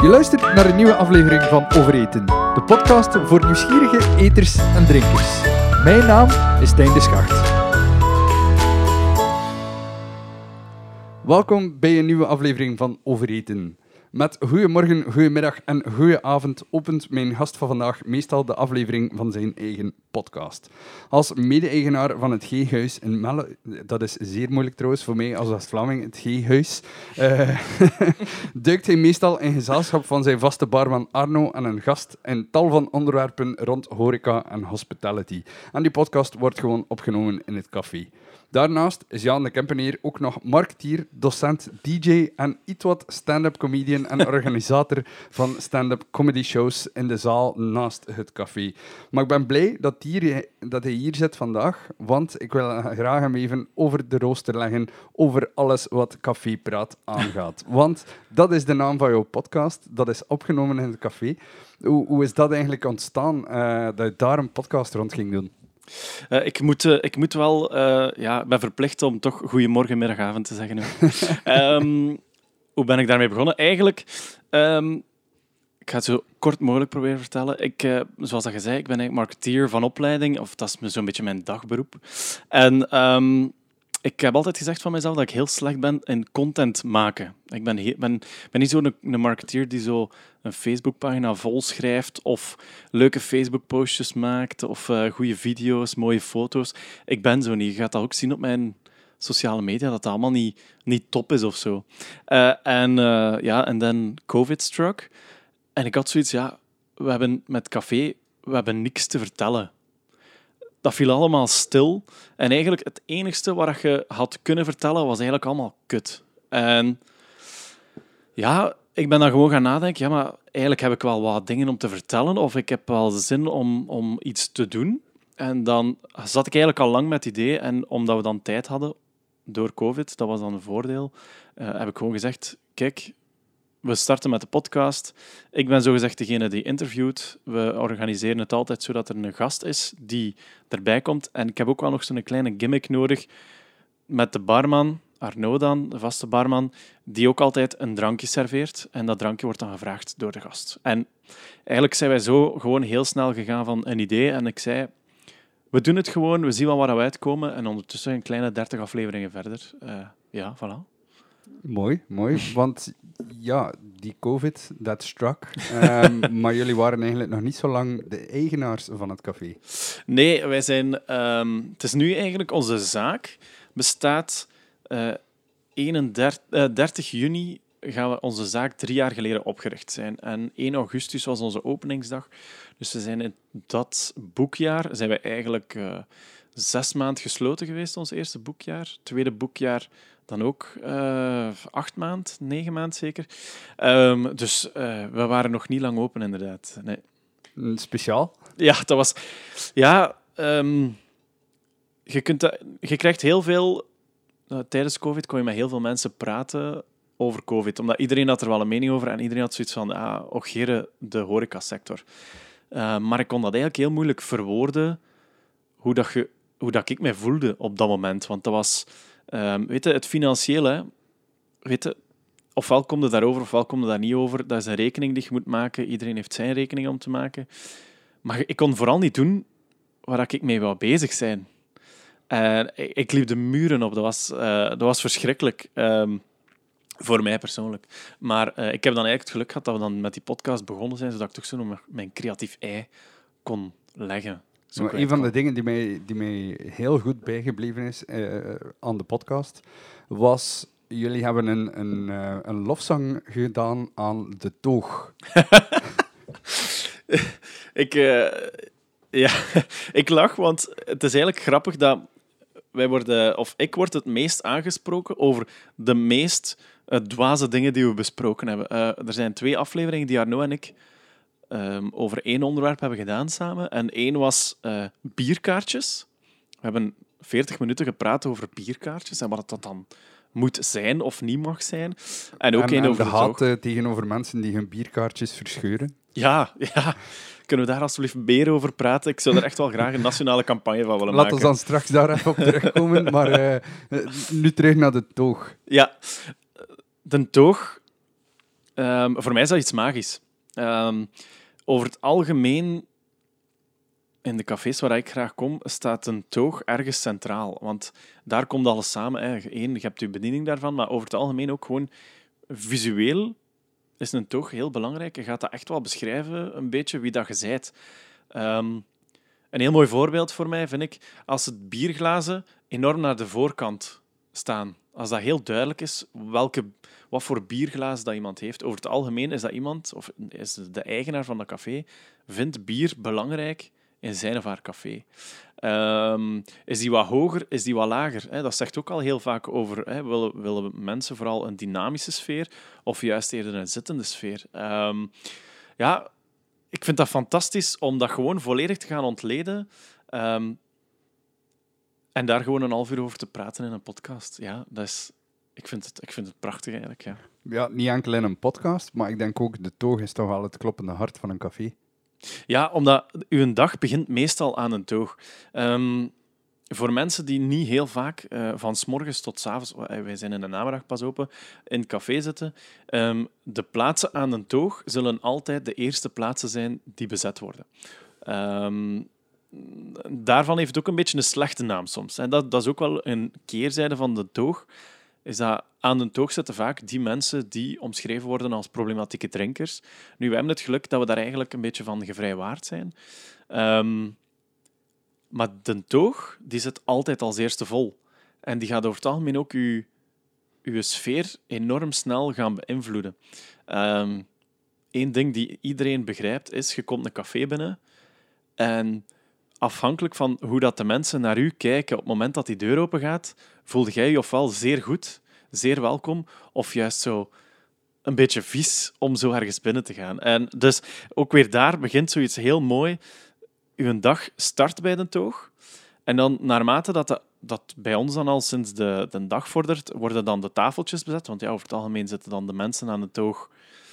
Je luistert naar een nieuwe aflevering van Overeten, de podcast voor nieuwsgierige eters en drinkers. Mijn naam is Stijn de Schacht. Welkom bij een nieuwe aflevering van Overeten. Met goeiemorgen, goeiemiddag en goeieavond opent mijn gast van vandaag meestal de aflevering van zijn eigen podcast. Als mede-eigenaar van het G-huis in Melle, dat is zeer moeilijk trouwens voor mij als West-Vlaming, het G-huis, duikt hij meestal in gezelschap van zijn vaste barman Arno en een gast in tal van onderwerpen rond horeca en hospitality. En die podcast wordt gewoon opgenomen in het café. Daarnaast is Jan de Kempeneer ook nog marketeer, docent, DJ en iets wat stand-up comedian en organisator van stand-up comedy shows in de zaal naast het café. Maar ik ben blij dat hij hier zit vandaag, want ik wil graag hem even over de rooster leggen over alles wat Café Praat aangaat. Want dat is de naam van jouw podcast, dat is opgenomen in het café. Hoe is dat eigenlijk ontstaan, dat je daar een podcast rond ging doen? Ik moet wel... ben verplicht om toch goedemorgen, middagavond te zeggen. Hoe ben ik daarmee begonnen? Eigenlijk... ik ga het zo kort mogelijk proberen vertellen. Zoals dat je zei, ik ben eigenlijk marketeer van opleiding. Of dat is zo'n beetje mijn dagberoep. En ik heb altijd gezegd van mezelf dat ik heel slecht ben in content maken. Ik ben niet zo'n marketeer die zo een Facebookpagina vol schrijft of leuke Facebook-postjes maakt of goede video's, mooie foto's. Ik ben zo niet. Je gaat dat ook zien op mijn sociale media, dat allemaal niet top is of zo. En dan COVID struck. En ik had zoiets, we hebben met café, we hebben niks te vertellen. Dat viel allemaal stil. En eigenlijk het enigste wat je had kunnen vertellen, was eigenlijk allemaal kut. En ja, ik ben dan gewoon gaan nadenken, maar eigenlijk heb ik wel wat dingen om te vertellen, of ik heb wel zin om iets te doen. En dan zat ik eigenlijk al lang met het idee, en omdat we dan tijd hadden door COVID, dat was dan een voordeel, heb ik gewoon gezegd, kijk, we starten met de podcast. Ik ben zogezegd degene die interviewt. We organiseren het altijd zodat er een gast is die erbij komt. En ik heb ook wel nog zo'n kleine gimmick nodig met de barman, Arno dan, de vaste barman, die ook altijd een drankje serveert. En dat drankje wordt dan gevraagd door de gast. En eigenlijk zijn wij zo gewoon heel snel gegaan van een idee. En ik zei, we doen het gewoon, we zien wel waar we uitkomen. En ondertussen een kleine 30 afleveringen verder. Voilà. Mooi. Want ja, die COVID, dat struck. Maar jullie waren eigenlijk nog niet zo lang de eigenaars van het café. Nee, wij zijn... het is nu eigenlijk... Onze zaak bestaat... 30 juni gaan we onze zaak 3 jaar geleden opgericht zijn. En 1 augustus was onze openingsdag. Dus we zijn in dat boekjaar... Zijn we eigenlijk 6 maanden gesloten geweest, ons eerste boekjaar. Tweede boekjaar... Dan ook 8 maanden, 9 maanden zeker. Dus we waren nog niet lang open, inderdaad. Nee. Speciaal? Ja, dat was... Ja, je krijgt heel veel... tijdens COVID kon je met heel veel mensen praten over COVID. Omdat iedereen had er wel een mening over en iedereen had zoiets van... Ogeren de horecasector. Maar ik kon dat eigenlijk heel moeilijk verwoorden hoe dat ik mij voelde op dat moment. Want dat was... het financiële, ofwel komt het daarover, ofwel komt het daar niet over. Dat is een rekening die je moet maken. Iedereen heeft zijn rekening om te maken. Maar ik kon vooral niet doen waar ik mee wou bezig zijn. Ik liep de muren op. Dat was verschrikkelijk. Voor mij persoonlijk. Maar ik heb dan eigenlijk het geluk gehad dat we dan met die podcast begonnen zijn, zodat ik toch zo mijn creatief ei kon leggen. Maar een van de dingen die mij heel goed bijgebleven is aan de podcast, was, jullie hebben een lofzang gedaan aan de toog. Ik lach, want het is eigenlijk grappig dat ik word het meest aangesproken over de meest dwaze dingen die we besproken hebben. Er zijn 2 afleveringen die Arno en ik over 1 onderwerp hebben gedaan samen. En 1 was bierkaartjes. We hebben 40 minuten gepraat over bierkaartjes en wat dat dan moet zijn of niet mag zijn. En ook één over de haat tegenover mensen die hun bierkaartjes verscheuren. Ja. Kunnen we daar alsjeblieft meer over praten? Ik zou er echt wel graag een nationale campagne van willen maken. Laten we dan straks daar even op terugkomen. Maar nu terug naar de toog. Ja, de toog Voor mij is dat iets magisch. Over het algemeen, in de cafés waar ik graag kom, staat een toog ergens centraal. Want daar komt alles samen. Eén, je hebt je bediening daarvan, maar over het algemeen ook gewoon visueel is een toog heel belangrijk. Je gaat dat echt wel beschrijven, een beetje wie dat je zijt. Een heel mooi voorbeeld voor mij vind ik als het bierglazen enorm naar de voorkant staan. Als dat heel duidelijk is wat voor bierglazen dat iemand heeft. Over het algemeen is dat iemand, of is de eigenaar van dat café, vindt bier belangrijk in zijn of haar café. Is die wat hoger, is die wat lager? Dat zegt ook al heel vaak over, willen mensen vooral een dynamische sfeer of juist eerder een zittende sfeer? Ja, ik vind dat fantastisch om dat gewoon volledig te gaan ontleden en daar gewoon een half uur over te praten in een podcast. Ja, ik vind het prachtig eigenlijk. Ja. Ja, niet enkel in een podcast, maar ik denk ook de toog is toch wel het kloppende hart van een café. Ja, omdat uw dag begint meestal aan een toog. Voor mensen die niet heel vaak van 's morgens tot 's avonds, wij zijn in de namiddag pas open, in het café zitten, de plaatsen aan een toog zullen altijd de eerste plaatsen zijn die bezet worden. Daarvan heeft het ook een beetje een slechte naam soms. En dat is ook wel een keerzijde van de toog, is dat aan de toog zitten vaak die mensen die omschreven worden als problematieke drinkers. Nu, wij hebben het geluk dat we daar eigenlijk een beetje van gevrijwaard zijn. Maar de toog die zit altijd als eerste vol. En die gaat over het algemeen ook uw sfeer enorm snel gaan beïnvloeden. Eén ding die iedereen begrijpt is, je komt een café binnen en afhankelijk van hoe dat de mensen naar u kijken op het moment dat die deur open gaat, voelde jij je ofwel zeer goed, zeer welkom, of juist zo een beetje vies om zo ergens binnen te gaan. En dus ook weer daar begint zoiets heel mooi. Uw dag start bij de toog. En dan, naarmate dat bij ons dan al sinds de dag vordert, worden dan de tafeltjes bezet. Want ja, over het algemeen zitten dan de mensen aan de toog.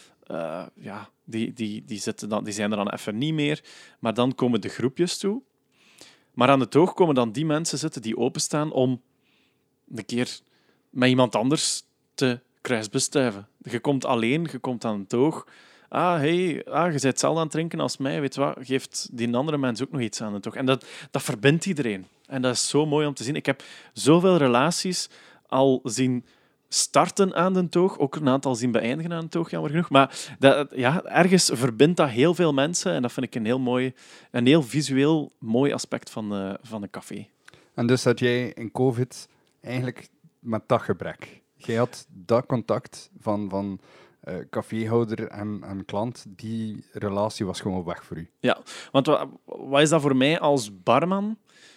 Die zijn er dan even niet meer. Maar dan komen de groepjes toe. Maar aan de toog komen dan die mensen zitten die openstaan om een keer met iemand anders te kruisbestuiven. Je komt alleen, je komt aan een toog. Je bent hetzelfde aan het drinken als mij. Weet je wat, geeft die andere mens ook nog iets aan de toog. En dat verbindt iedereen. En dat is zo mooi om te zien. Ik heb zoveel relaties al zien starten aan de toog, ook een aantal zien beëindigen aan de toog, jammer genoeg. Maar ergens verbindt dat heel veel mensen en dat vind ik een heel visueel mooi aspect van een café. En dus had jij in COVID eigenlijk met dat gebrek. Jij had dat contact van caféhouder en klant, die relatie was gewoon weg voor u. Ja, want wat is dat voor mij als barman?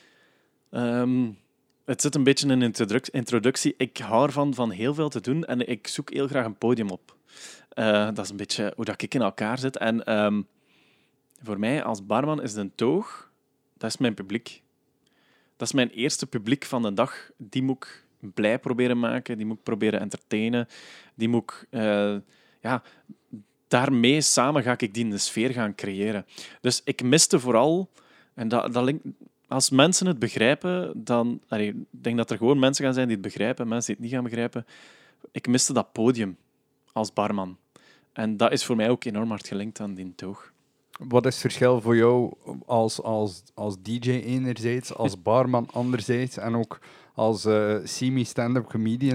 Het zit een beetje in een introductie. Ik hou ervan van heel veel te doen en ik zoek heel graag een podium op. Dat is een beetje hoe dat ik in elkaar zit. En voor mij als barman is de toog, dat is mijn publiek. Dat is mijn eerste publiek van de dag. Die moet ik blij proberen maken, die moet ik proberen entertainen. Die moet ik... daarmee samen ga ik die in de sfeer gaan creëren. Dus ik miste vooral... En als mensen het begrijpen, dan... ik denk dat er gewoon mensen gaan zijn die het begrijpen, mensen die het niet gaan begrijpen. Ik miste dat podium als barman. En dat is voor mij ook enorm hard gelinkt aan die toog. Wat is het verschil voor jou als DJ enerzijds, als barman anderzijds en ook als semi-stand-up comedian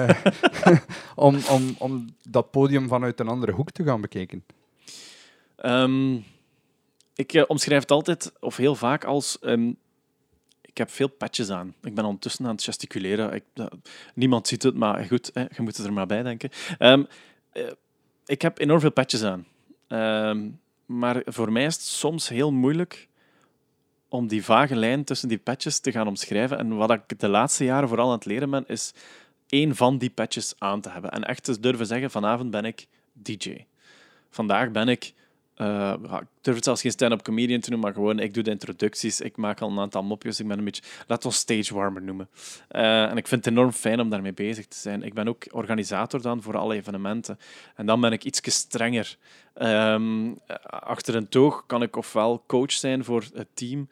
om dat podium vanuit een andere hoek te gaan bekijken? Ik omschrijf het altijd, of heel vaak, als... ik heb veel patches aan. Ik ben ondertussen aan het gesticuleren. Niemand ziet het, maar goed, je moet er maar bij denken. Ik heb enorm veel patches aan. Maar voor mij is het soms heel moeilijk om die vage lijn tussen die patches te gaan omschrijven. En wat ik de laatste jaren vooral aan het leren ben, is één van die patches aan te hebben. En echt te durven zeggen, vanavond ben ik DJ. Vandaag ben ik... ik durf het zelfs geen stand-up comedian te noemen, maar gewoon, ik doe de introducties, ik maak al een aantal mopjes, ik ben een beetje... Laat ons stagewarmer noemen. En ik vind het enorm fijn om daarmee bezig te zijn. Ik ben ook organisator dan voor alle evenementen. En dan ben ik iets strenger. Achter een toog kan ik ofwel coach zijn voor het team,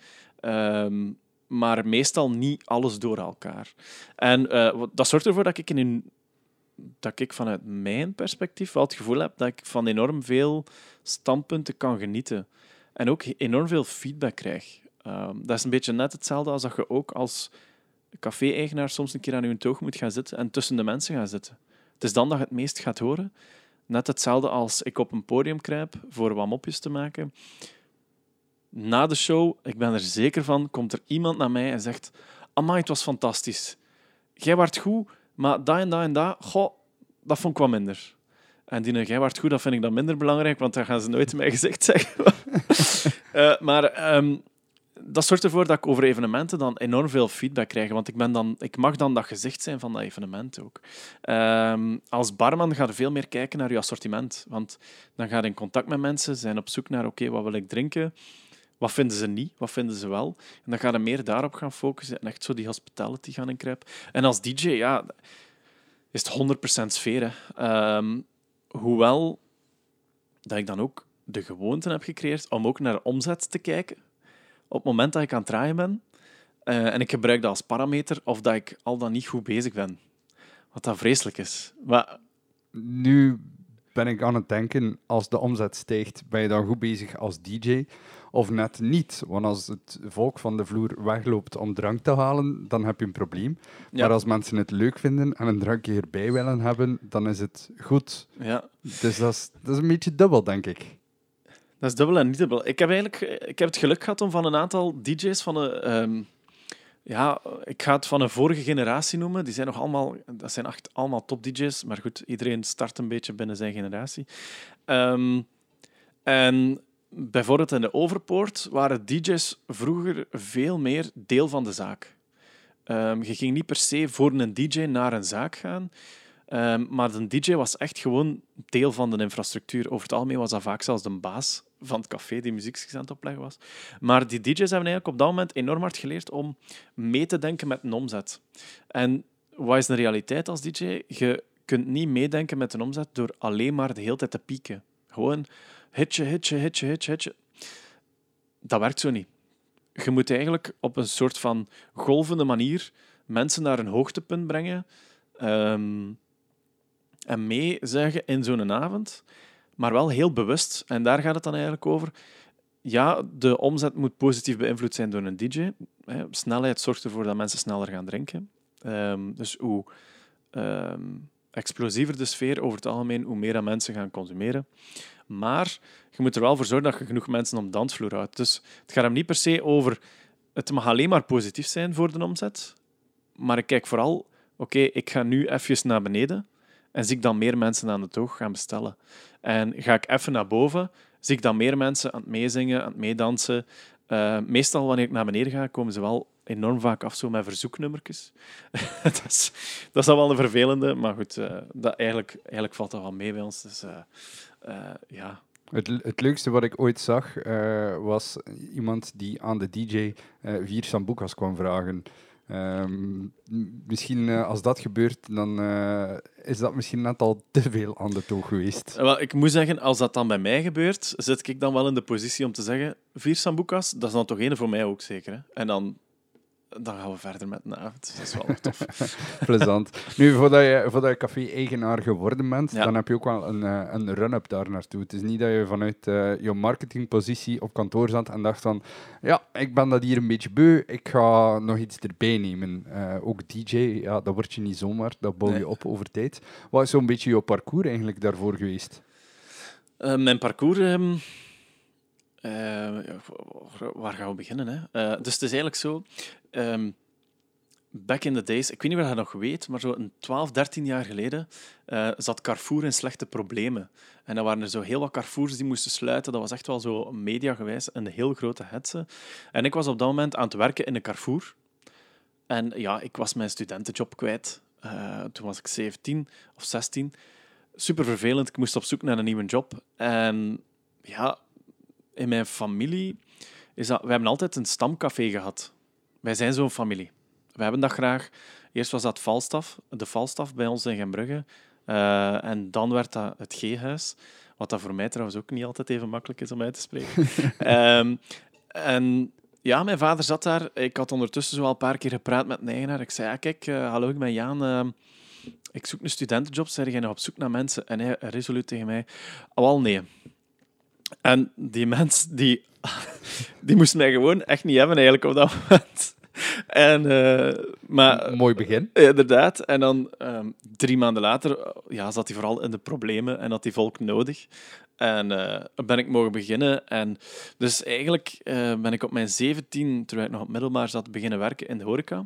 maar meestal niet alles door elkaar. En dat zorgt ervoor dat ik in dat ik vanuit mijn perspectief wel het gevoel heb dat ik van enorm veel standpunten kan genieten. En ook enorm veel feedback krijg. Dat is een beetje net hetzelfde als dat je ook als café-eigenaar soms een keer aan je toog moet gaan zitten en tussen de mensen gaan zitten. Het is dan dat je het meest gaat horen. Net hetzelfde als ik op een podium kruip voor wat mopjes te maken. Na de show, ik ben er zeker van, komt er iemand naar mij en zegt: amai, het was fantastisch. Jij waart goed, maar dat en dat en dat, goh, dat vond ik wat minder. En die jij waart goed, dat vind ik dan minder belangrijk, want dat gaan ze nooit in mijn gezicht zeggen. Dat zorgt ervoor dat ik over evenementen dan enorm veel feedback krijg, want ik mag dan dat gezicht zijn van dat evenement ook. Als barman ga je veel meer kijken naar je assortiment, want dan ga je in contact met mensen, zijn op zoek naar oké, wat wil ik drinken, wat vinden ze niet, wat vinden ze wel. En dan ga je meer daarop gaan focussen en echt zo die hospitality gaan inkruipen. En als DJ, ja, is het 100% sfeer. Hè. Hoewel dat ik dan ook de gewoonte heb gecreëerd om ook naar omzet te kijken. Op het moment dat ik aan het draaien ben, en ik gebruik dat als parameter, of dat ik al dan niet goed bezig ben. Wat dat vreselijk is. Maar Nu ben ik aan het denken, als de omzet stijgt, ben je dan goed bezig als DJ? Of net niet? Want als het volk van de vloer wegloopt om drank te halen, dan heb je een probleem. ja, Maar als mensen het leuk vinden en een drankje erbij willen hebben, dan is het goed. ja, Dus dat is een beetje dubbel, denk ik. dat is dubbel en niet dubbel. Ik heb het geluk gehad om van een aantal DJ's van een... ik ga het van een vorige generatie noemen. Die zijn nog allemaal... Dat zijn echt allemaal top-DJ's. Maar goed, iedereen start een beetje binnen zijn generatie. En bijvoorbeeld in de Overpoort waren DJ's vroeger veel meer deel van de zaak. Je ging niet per se voor een DJ naar een zaak gaan. Maar de DJ was echt gewoon deel van de infrastructuur. Over het algemeen was dat vaak zelfs de baas van het café die muziekjes aan het opleggen was. Maar die DJ's hebben eigenlijk op dat moment enorm hard geleerd om mee te denken met een omzet. En wat is de realiteit als DJ? Je kunt niet meedenken met een omzet door alleen maar de hele tijd te pieken. Gewoon hitje. Dat werkt zo niet. Je moet eigenlijk op een soort van golvende manier mensen naar een hoogtepunt brengen en meezuigen in zo'n avond, maar wel heel bewust. En daar gaat het dan eigenlijk over. Ja, de omzet moet positief beïnvloed zijn door een DJ. Snelheid zorgt ervoor dat mensen sneller gaan drinken. Dus hoe explosiever de sfeer over het algemeen, hoe meer dat mensen gaan consumeren. Maar je moet er wel voor zorgen dat je genoeg mensen op de dansvloer houdt. Dus het gaat hem niet per se over... Het mag alleen maar positief zijn voor de omzet. Maar ik kijk vooral... Oké, ik ga nu even naar beneden en zie ik dan meer mensen aan de toog gaan bestellen. En ga ik even naar boven, zie ik dan meer mensen aan het meezingen, aan het meedansen. Meestal, wanneer ik naar beneden ga, komen ze wel enorm vaak af zo met verzoeknummertjes. dat is al wel een vervelende, maar goed, eigenlijk valt dat wel mee bij ons. Dus ja... Het leukste wat ik ooit zag, was iemand die aan de DJ 4 sambucas kwam vragen. Misschien als dat gebeurt, dan is dat misschien net al te veel aan de toog geweest. Wel, ik moet zeggen, als dat dan bij mij gebeurt, zit ik dan wel in de positie om te zeggen 4 sambucas, dat is dan toch één voor mij ook zeker. Hè? En dan gaan we verder met een avond. Dat is wel tof. Plezant. Nu, voordat je café-eigenaar geworden bent, Ja. dan heb je ook wel een run-up daar naartoe. Het is niet dat je vanuit je marketingpositie op kantoor zat en dacht van, ja, ik ben dat hier een beetje beu, ik ga nog iets erbij nemen. Ook DJ, ja, dat word je niet zomaar, dat bouw je Nee. op over tijd. Wat is zo'n beetje jouw parcours eigenlijk daarvoor geweest? Mijn parcours... waar gaan we beginnen? Hè? Dus het is eigenlijk zo... back in the days, ik weet niet of je dat nog weet, maar zo een 12, 13 jaar geleden zat Carrefour in slechte problemen. En dan waren er zo heel wat Carrefours die moesten sluiten. Dat was echt wel zo mediagewijs een heel grote hetze. En ik was op dat moment aan het werken in een Carrefour. En ja, ik was mijn studentenjob kwijt. Toen was ik 17 of 16. Super vervelend. Ik moest op zoek naar een nieuwe job. En ja, in mijn familie is dat... We hebben altijd een stamcafé gehad. Wij zijn zo'n familie. We hebben dat graag. Eerst was dat de Falstaff bij ons in Gembrugge. En dan werd dat het G-huis. Wat dat voor mij trouwens ook niet altijd even makkelijk is om uit te spreken. En ja, mijn vader zat daar. Ik had ondertussen zo al een paar keer gepraat met een eigenaar. Ik zei, ja, kijk, hallo, ik ben Jaan. ik zoek een studentenjob, zeg jij nog op zoek naar mensen? En hij resoluut tegen mij, wel nee. En die mens, die moest mij gewoon echt niet hebben eigenlijk op dat moment. En, maar, Mooi begin. Inderdaad. En dan 3 maanden later zat hij vooral in de problemen en had hij volk nodig. En ben ik mogen beginnen. En dus eigenlijk ben ik op mijn 17, terwijl ik nog op middelbaar zat, beginnen werken in de horeca.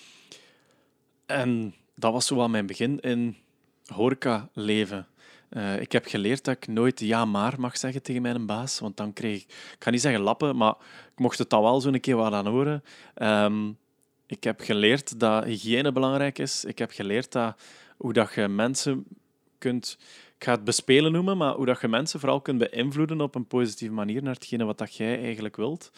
En dat was zo wel mijn begin in horeca-leven. Ik heb geleerd dat ik nooit ja maar mag zeggen tegen mijn baas, want dan kreeg ik ga niet zeggen lappen, maar ik mocht het dan wel zo een keer wat aan horen. Ik heb geleerd dat hygiëne belangrijk is. Ik heb geleerd hoe dat je mensen kunt, ik ga het bespelen noemen, maar hoe dat je mensen vooral kunt beïnvloeden op een positieve manier naar hetgene wat dat jij eigenlijk wilt.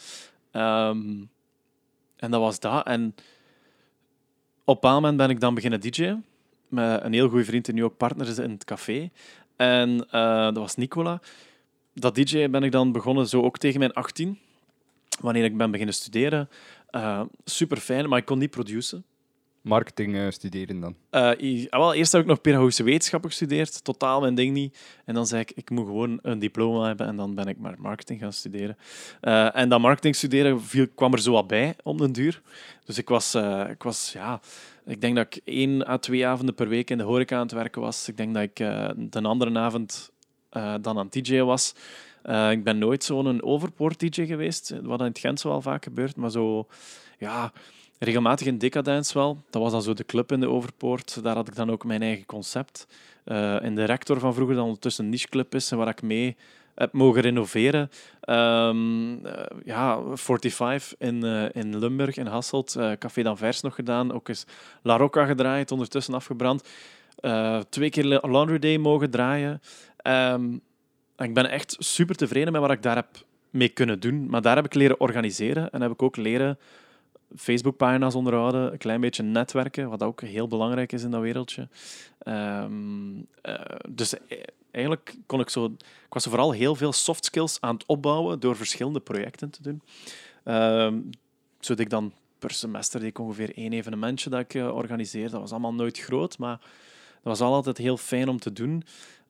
En dat was dat. En op een bepaald moment ben ik dan beginnen DJ'en. Met een heel goede vriend die nu ook partner is in het café. En dat was Nicola. Dat DJ'en ben ik dan begonnen zo ook tegen mijn 18. Wanneer ik ben beginnen studeren. Super fijn, maar ik kon niet produceren. Marketing studeren dan? Eerst heb ik nog pedagogische wetenschappen gestudeerd. Totaal mijn ding niet. En dan zei ik moet gewoon een diploma hebben. En dan ben ik maar marketing gaan studeren. En dat marketing studeren kwam er zo wat bij om den duur. Dus ik was ik denk dat ik 1 à 2 avonden per week in de horeca aan het werken was. Ik denk dat ik de andere avond dan aan het DJ'en was. Ik ben nooit zo'n overpoort-DJ geweest, wat in het Gent zo al vaak gebeurt, maar zo, ja, regelmatig in Decadence wel. Dat was dan zo de club in de Overpoort. Daar had ik dan ook mijn eigen concept. In de Rector van vroeger, dat ondertussen een nicheclub is en waar ik mee heb mogen renoveren. 45 in Limburg, in Hasselt. Café d'Anvers nog gedaan. Ook eens La Rocca gedraaid, ondertussen afgebrand. 2 keer Laundry Day mogen draaien. Ik ben echt super tevreden met wat ik daar heb mee kunnen doen. Maar daar heb ik leren organiseren en heb ik ook leren Facebookpagina's onderhouden, een klein beetje netwerken, wat ook heel belangrijk is in dat wereldje. Dus eigenlijk ik was vooral heel veel soft skills aan het opbouwen door verschillende projecten te doen. Zo deed ik dan per semester deed ik ongeveer 1 evenementje dat ik organiseerde. Dat was allemaal nooit groot, maar dat was altijd heel fijn om te doen.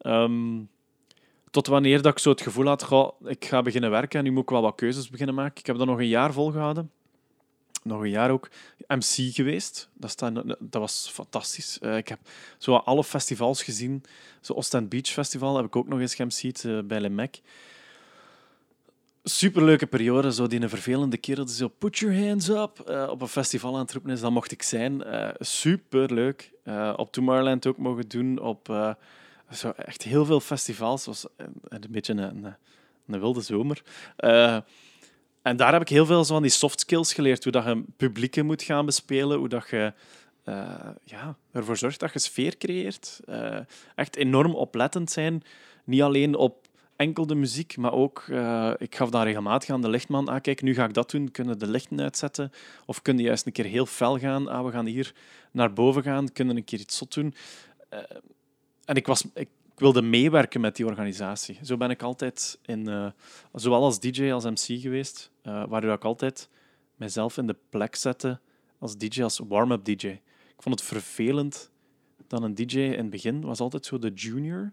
Tot wanneer dat ik zo het gevoel had, ik ga beginnen werken en nu moet ik wel wat keuzes beginnen maken. Ik heb dat nog een jaar volgehouden. Nog een jaar ook MC geweest. Dat was fantastisch. Ik heb zo alle festivals gezien. Zo Ostend Beach Festival heb ik ook nog eens geMC'd bij Le Mec. Superleuke periode. Zo die een vervelende kerel die zo put your hands up op een festival aan het roepen is. Dat mocht ik zijn. Superleuk. Op Tomorrowland ook mogen doen. Op zo echt heel veel festivals. Het was een beetje een wilde zomer. En daar heb ik heel veel van die soft skills geleerd. Hoe dat je publieken moet gaan bespelen. Hoe dat je ervoor zorgt dat je sfeer creëert. Echt enorm oplettend zijn. Niet alleen op enkel de muziek, maar ook... ik gaf dan regelmatig aan de lichtman. Kijk, nu ga ik dat doen. Kunnen de lichten uitzetten? Of kun je juist een keer heel fel gaan? We gaan hier naar boven gaan. Kunnen een keer iets zot doen? En ik wilde meewerken met die organisatie. Zo ben ik altijd zowel als DJ als MC geweest, waardoor ik altijd mezelf in de plek zette als DJ, als warm-up DJ. Ik vond het vervelend dat een DJ in het begin was altijd zo de junior.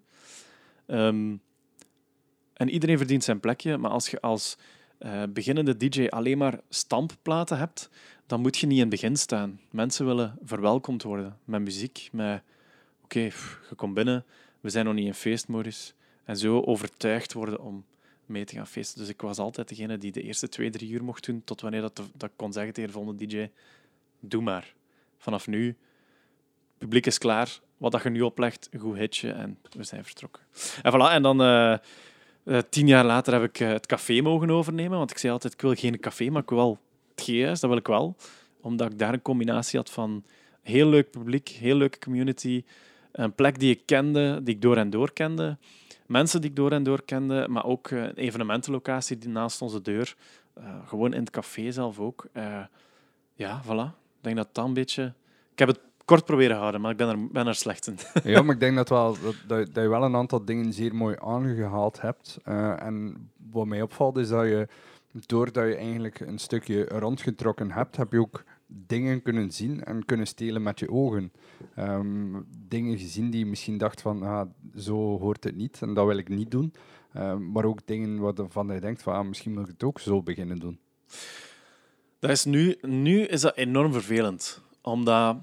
En iedereen verdient zijn plekje, maar als je als beginnende DJ alleen maar stampplaten hebt, dan moet je niet in het begin staan. Mensen willen verwelkomd worden met muziek, met oké, je komt binnen, we zijn nog niet in feestmodus. En zo overtuigd worden om mee te gaan feesten. Dus ik was altijd degene die de eerste 2-3 uur mocht doen, tot wanneer dat ik kon zeggen tegen de volgende DJ, doe maar. Vanaf nu, het publiek is klaar, wat dat je nu oplegt, een goed hitje en we zijn vertrokken. En voilà, en dan 10 jaar later heb ik het café mogen overnemen, want ik zei altijd, ik wil geen café, maar ik wil wel het GS, dat wil ik wel. Omdat ik daar een combinatie had van heel leuk publiek, heel leuke community, een plek die ik kende, die ik door en door kende. Mensen die ik door en door kende, maar ook een evenementenlocatie die naast onze deur. Gewoon in het café zelf ook. Voilà. Ik denk dat dat een beetje... Ik heb het kort proberen houden, maar ik ben er slecht in. Ja, maar ik denk dat je wel een aantal dingen zeer mooi aangehaald hebt. En wat mij opvalt is dat je, doordat je eigenlijk een stukje rondgetrokken hebt, heb je ook dingen kunnen zien en kunnen stelen met je ogen. Dingen gezien die je misschien dacht van, zo hoort het niet en dat wil ik niet doen. Maar ook dingen waarvan je denkt van, misschien moet ik het ook zo beginnen doen. Dat is nu is dat enorm vervelend. Omdat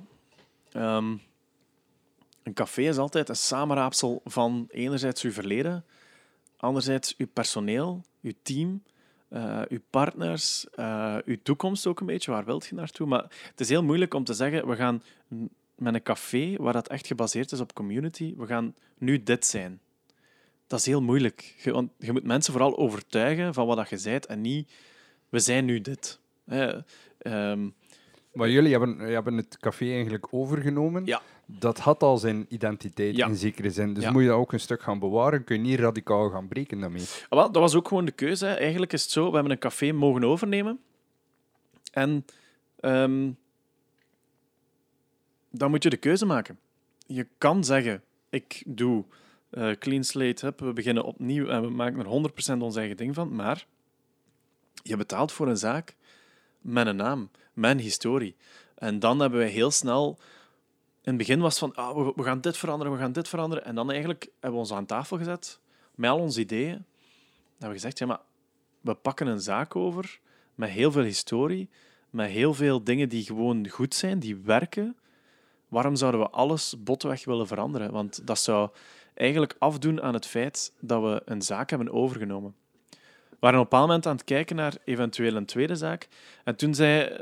een café is altijd een samenraapsel van enerzijds uw verleden, anderzijds uw personeel, uw team, uw partners, uw toekomst ook een beetje. Waar wilt je naartoe? Maar het is heel moeilijk om te zeggen, we gaan met een café, waar dat echt gebaseerd is op community, we gaan nu dit zijn. Dat is heel moeilijk. Want je moet mensen vooral overtuigen van wat dat je bent en niet, we zijn nu dit. Maar jullie hebben het café eigenlijk overgenomen. Ja. Dat had al zijn identiteit in zekere zin. Dus moet je dat ook een stuk gaan bewaren. Kun je niet radicaal gaan breken daarmee. Wel, dat was ook gewoon de keuze. Hè. Eigenlijk is het zo, we hebben een café mogen overnemen. En dan moet je de keuze maken. Je kan zeggen, ik doe clean slate, we beginnen opnieuw en we maken er 100% ons eigen ding van. Maar je betaalt voor een zaak met een naam, met een historie. En dan hebben wij heel snel... In het begin was het van, we gaan dit veranderen, we gaan dit veranderen. En dan eigenlijk hebben we ons aan tafel gezet, met al onze ideeën. Dan hebben we gezegd, ja, maar we pakken een zaak over met heel veel historie, met heel veel dingen die gewoon goed zijn, die werken. Waarom zouden we alles botweg willen veranderen? Want dat zou eigenlijk afdoen aan het feit dat we een zaak hebben overgenomen. We waren op een bepaald moment aan het kijken naar eventueel een tweede zaak. En toen zei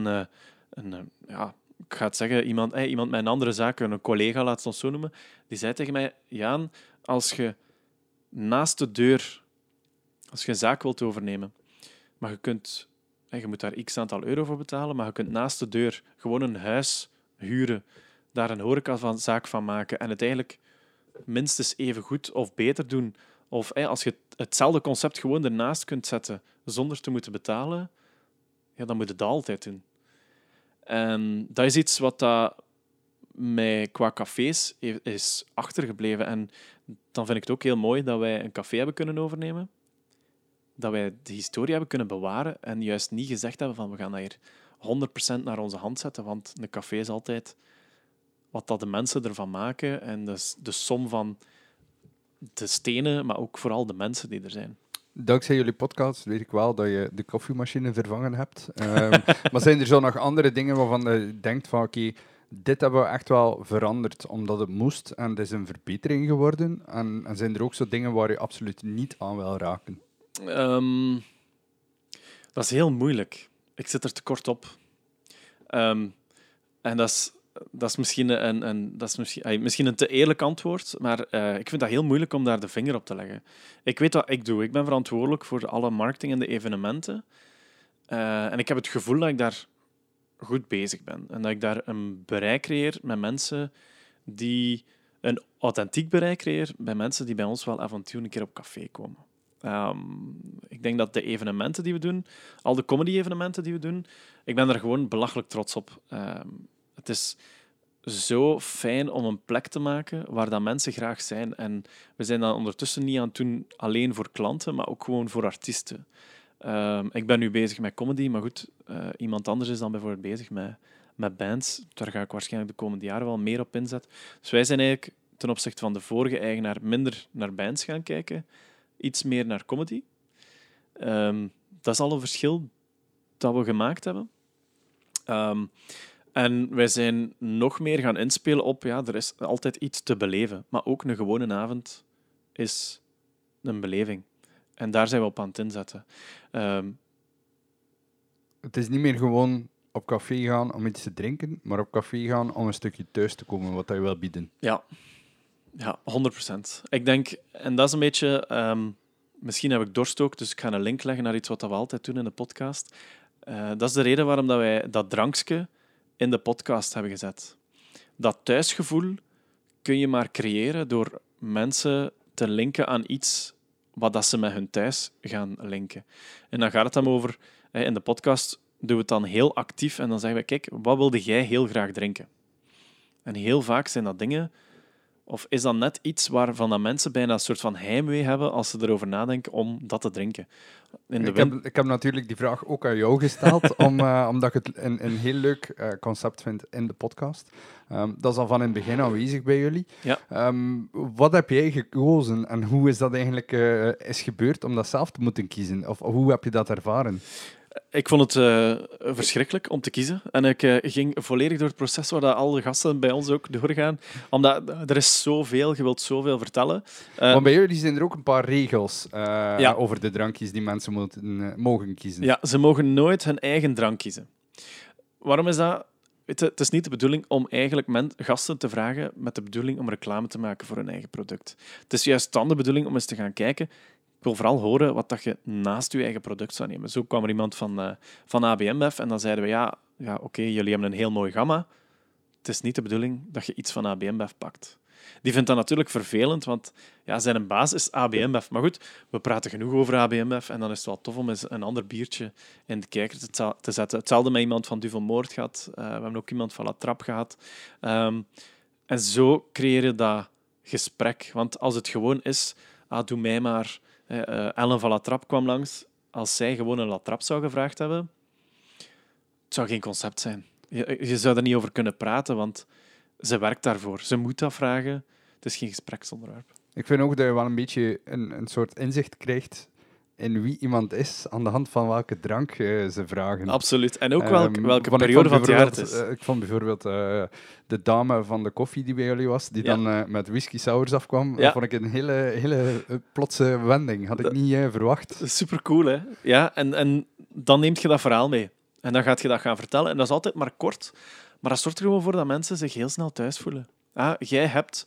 ik ga het zeggen, iemand met een andere zaak, een collega, laat het ons zo noemen, die zei tegen mij, Jaan, als je naast de deur, als je een zaak wilt overnemen, maar je moet daar x aantal euro voor betalen, maar je kunt naast de deur gewoon een huis huren, daar een horecazaak van maken en het eigenlijk minstens even goed of beter doen. Of als je hetzelfde concept gewoon ernaast kunt zetten zonder te moeten betalen, ja, dan moet je dat altijd doen. En dat is iets wat dat mij qua cafés is achtergebleven. En dan vind ik het ook heel mooi dat wij een café hebben kunnen overnemen. Dat wij de historie hebben kunnen bewaren en juist niet gezegd hebben van we gaan dat hier 100% naar onze hand zetten, want een café is altijd wat dat de mensen ervan maken en dus de som van de stenen, maar ook vooral de mensen die er zijn. Dankzij jullie podcast weet ik wel dat je de koffiemachine vervangen hebt. Maar zijn er zo nog andere dingen waarvan je denkt van oké, dit hebben we echt wel veranderd omdat het moest en het is een verbetering geworden? En zijn er ook zo dingen waar je absoluut niet aan wil raken? Dat is heel moeilijk. Ik zit er te kort op. En dat is misschien een te eerlijk antwoord, maar ik vind dat heel moeilijk om daar de vinger op te leggen. Ik weet wat ik doe. Ik ben verantwoordelijk voor alle marketing en de evenementen. En ik heb het gevoel dat ik daar goed bezig ben. En dat ik daar een bereik creëer met mensen die... Een authentiek bereik creëer bij mensen die bij ons wel af en toe een keer op café komen. Ik denk dat de evenementen die we doen, al de comedy-evenementen die we doen, ik ben daar gewoon belachelijk trots op. Het is zo fijn om een plek te maken waar dat mensen graag zijn. En we zijn dan ondertussen niet aan het doen alleen voor klanten, maar ook gewoon voor artiesten. Ik ben nu bezig met comedy, maar goed, iemand anders is dan bijvoorbeeld bezig met bands. Daar ga ik waarschijnlijk de komende jaren wel meer op inzetten. Dus wij zijn eigenlijk ten opzichte van de vorige eigenaar minder naar bands gaan kijken, iets meer naar comedy. Dat is al een verschil dat we gemaakt hebben. En wij zijn nog meer gaan inspelen op, ja, er is altijd iets te beleven. Maar ook een gewone avond is een beleving. En daar zijn we op aan het inzetten. Het is niet meer gewoon op café gaan om iets te drinken, maar op café gaan om een stukje thuis te komen wat hij wil bieden. Ja, 100%. Ik denk, en dat is een beetje... misschien heb ik dorst ook, dus ik ga een link leggen naar iets wat we altijd doen in de podcast. Dat is de reden waarom dat wij dat drankje in de podcast hebben gezet. Dat thuisgevoel kun je maar creëren door mensen te linken aan iets wat dat ze met hun thuis gaan linken. En dan gaat het dan over... In de podcast doen we het dan heel actief en dan zeggen we, kijk, wat wilde jij heel graag drinken? En heel vaak zijn dat dingen Of is dat net iets waarvan dat mensen bijna een soort van heimwee hebben als ze erover nadenken om dat te drinken? Ik heb natuurlijk die vraag ook aan jou gesteld, omdat ik het een heel leuk concept vind in de podcast. Dat is al van in het begin aanwezig bij jullie. Ja. Wat heb jij gekozen en hoe is dat eigenlijk is gebeurd om dat zelf te moeten kiezen? Of hoe heb je dat ervaren? Ik vond het verschrikkelijk om te kiezen. En ik ging volledig door het proces waar dat al de gasten bij ons ook doorgaan. Omdat er is zoveel, je wilt zoveel vertellen. Want bij jullie zijn er ook een paar regels Ja. over de drankjes die mensen mogen kiezen. Ja, ze mogen nooit hun eigen drank kiezen. Waarom is dat? Het is niet de bedoeling om eigenlijk gasten te vragen met de bedoeling om reclame te maken voor hun eigen product. Het is juist dan de bedoeling om eens te gaan kijken. Ik wil vooral horen wat dat je naast je eigen product zou nemen. Zo kwam er iemand van ABMF en dan zeiden we, ja oké, jullie hebben een heel mooi gamma. Het is niet de bedoeling dat je iets van ABMF pakt. Die vindt dat natuurlijk vervelend, want ja, zijn baas is ABMF. Maar goed, we praten genoeg over ABMF en dan is het wel tof om eens een ander biertje in de kijker te zetten. Hetzelfde met iemand van Duvel Moord gehad. We hebben ook iemand van La Trappe gehad. En zo creëer je dat gesprek. Want als het gewoon is, doe mij maar... Ellen van La Trappe kwam langs. Als zij gewoon een La Trappe zou gevraagd hebben, het zou geen concept zijn. Je zou er niet over kunnen praten, want ze werkt daarvoor. Ze moet dat vragen. Het is geen gespreksonderwerp. Ik vind ook dat je wel een beetje een soort inzicht krijgt in wie iemand is aan de hand van welke drank ze vragen. Absoluut. En ook welke periode van het jaar het is. Ik vond bijvoorbeeld de dame van de koffie die bij jullie was, die dan met whisky sours afkwam. Ja. Dat vond ik een hele plotse wending. Had ik niet verwacht. Supercool, hè? Ja, en dan neemt je dat verhaal mee. En dan gaat je dat gaan vertellen. En dat is altijd maar kort. Maar dat zorgt er gewoon voor dat mensen zich heel snel thuis voelen. Jij hebt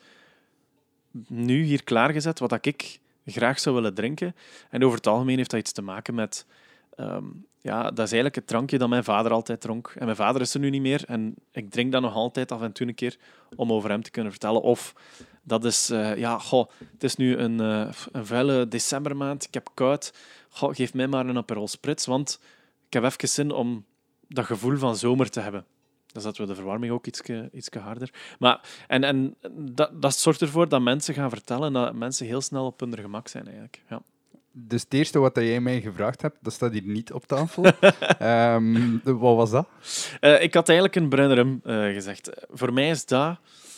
nu hier klaargezet wat ik graag zou willen drinken. En over het algemeen heeft dat iets te maken met... dat is eigenlijk het drankje dat mijn vader altijd dronk. En mijn vader is er nu niet meer. En ik drink dat nog altijd af en toe een keer om over hem te kunnen vertellen. Of dat is... het is nu een vuile decembermaand. Ik heb koud. Geef mij maar een Aperol Spritz. Want ik heb even zin om dat gevoel van zomer te hebben. Dan zetten we de verwarming ook ietsje harder. Maar, en dat zorgt ervoor dat mensen gaan vertellen en dat mensen heel snel op hun gemak zijn, eigenlijk. Ja. Dus het eerste wat jij mij gevraagd hebt, dat staat hier niet op tafel. Wat was dat? Ik had eigenlijk een bruine rum gezegd. Voor mij is dat,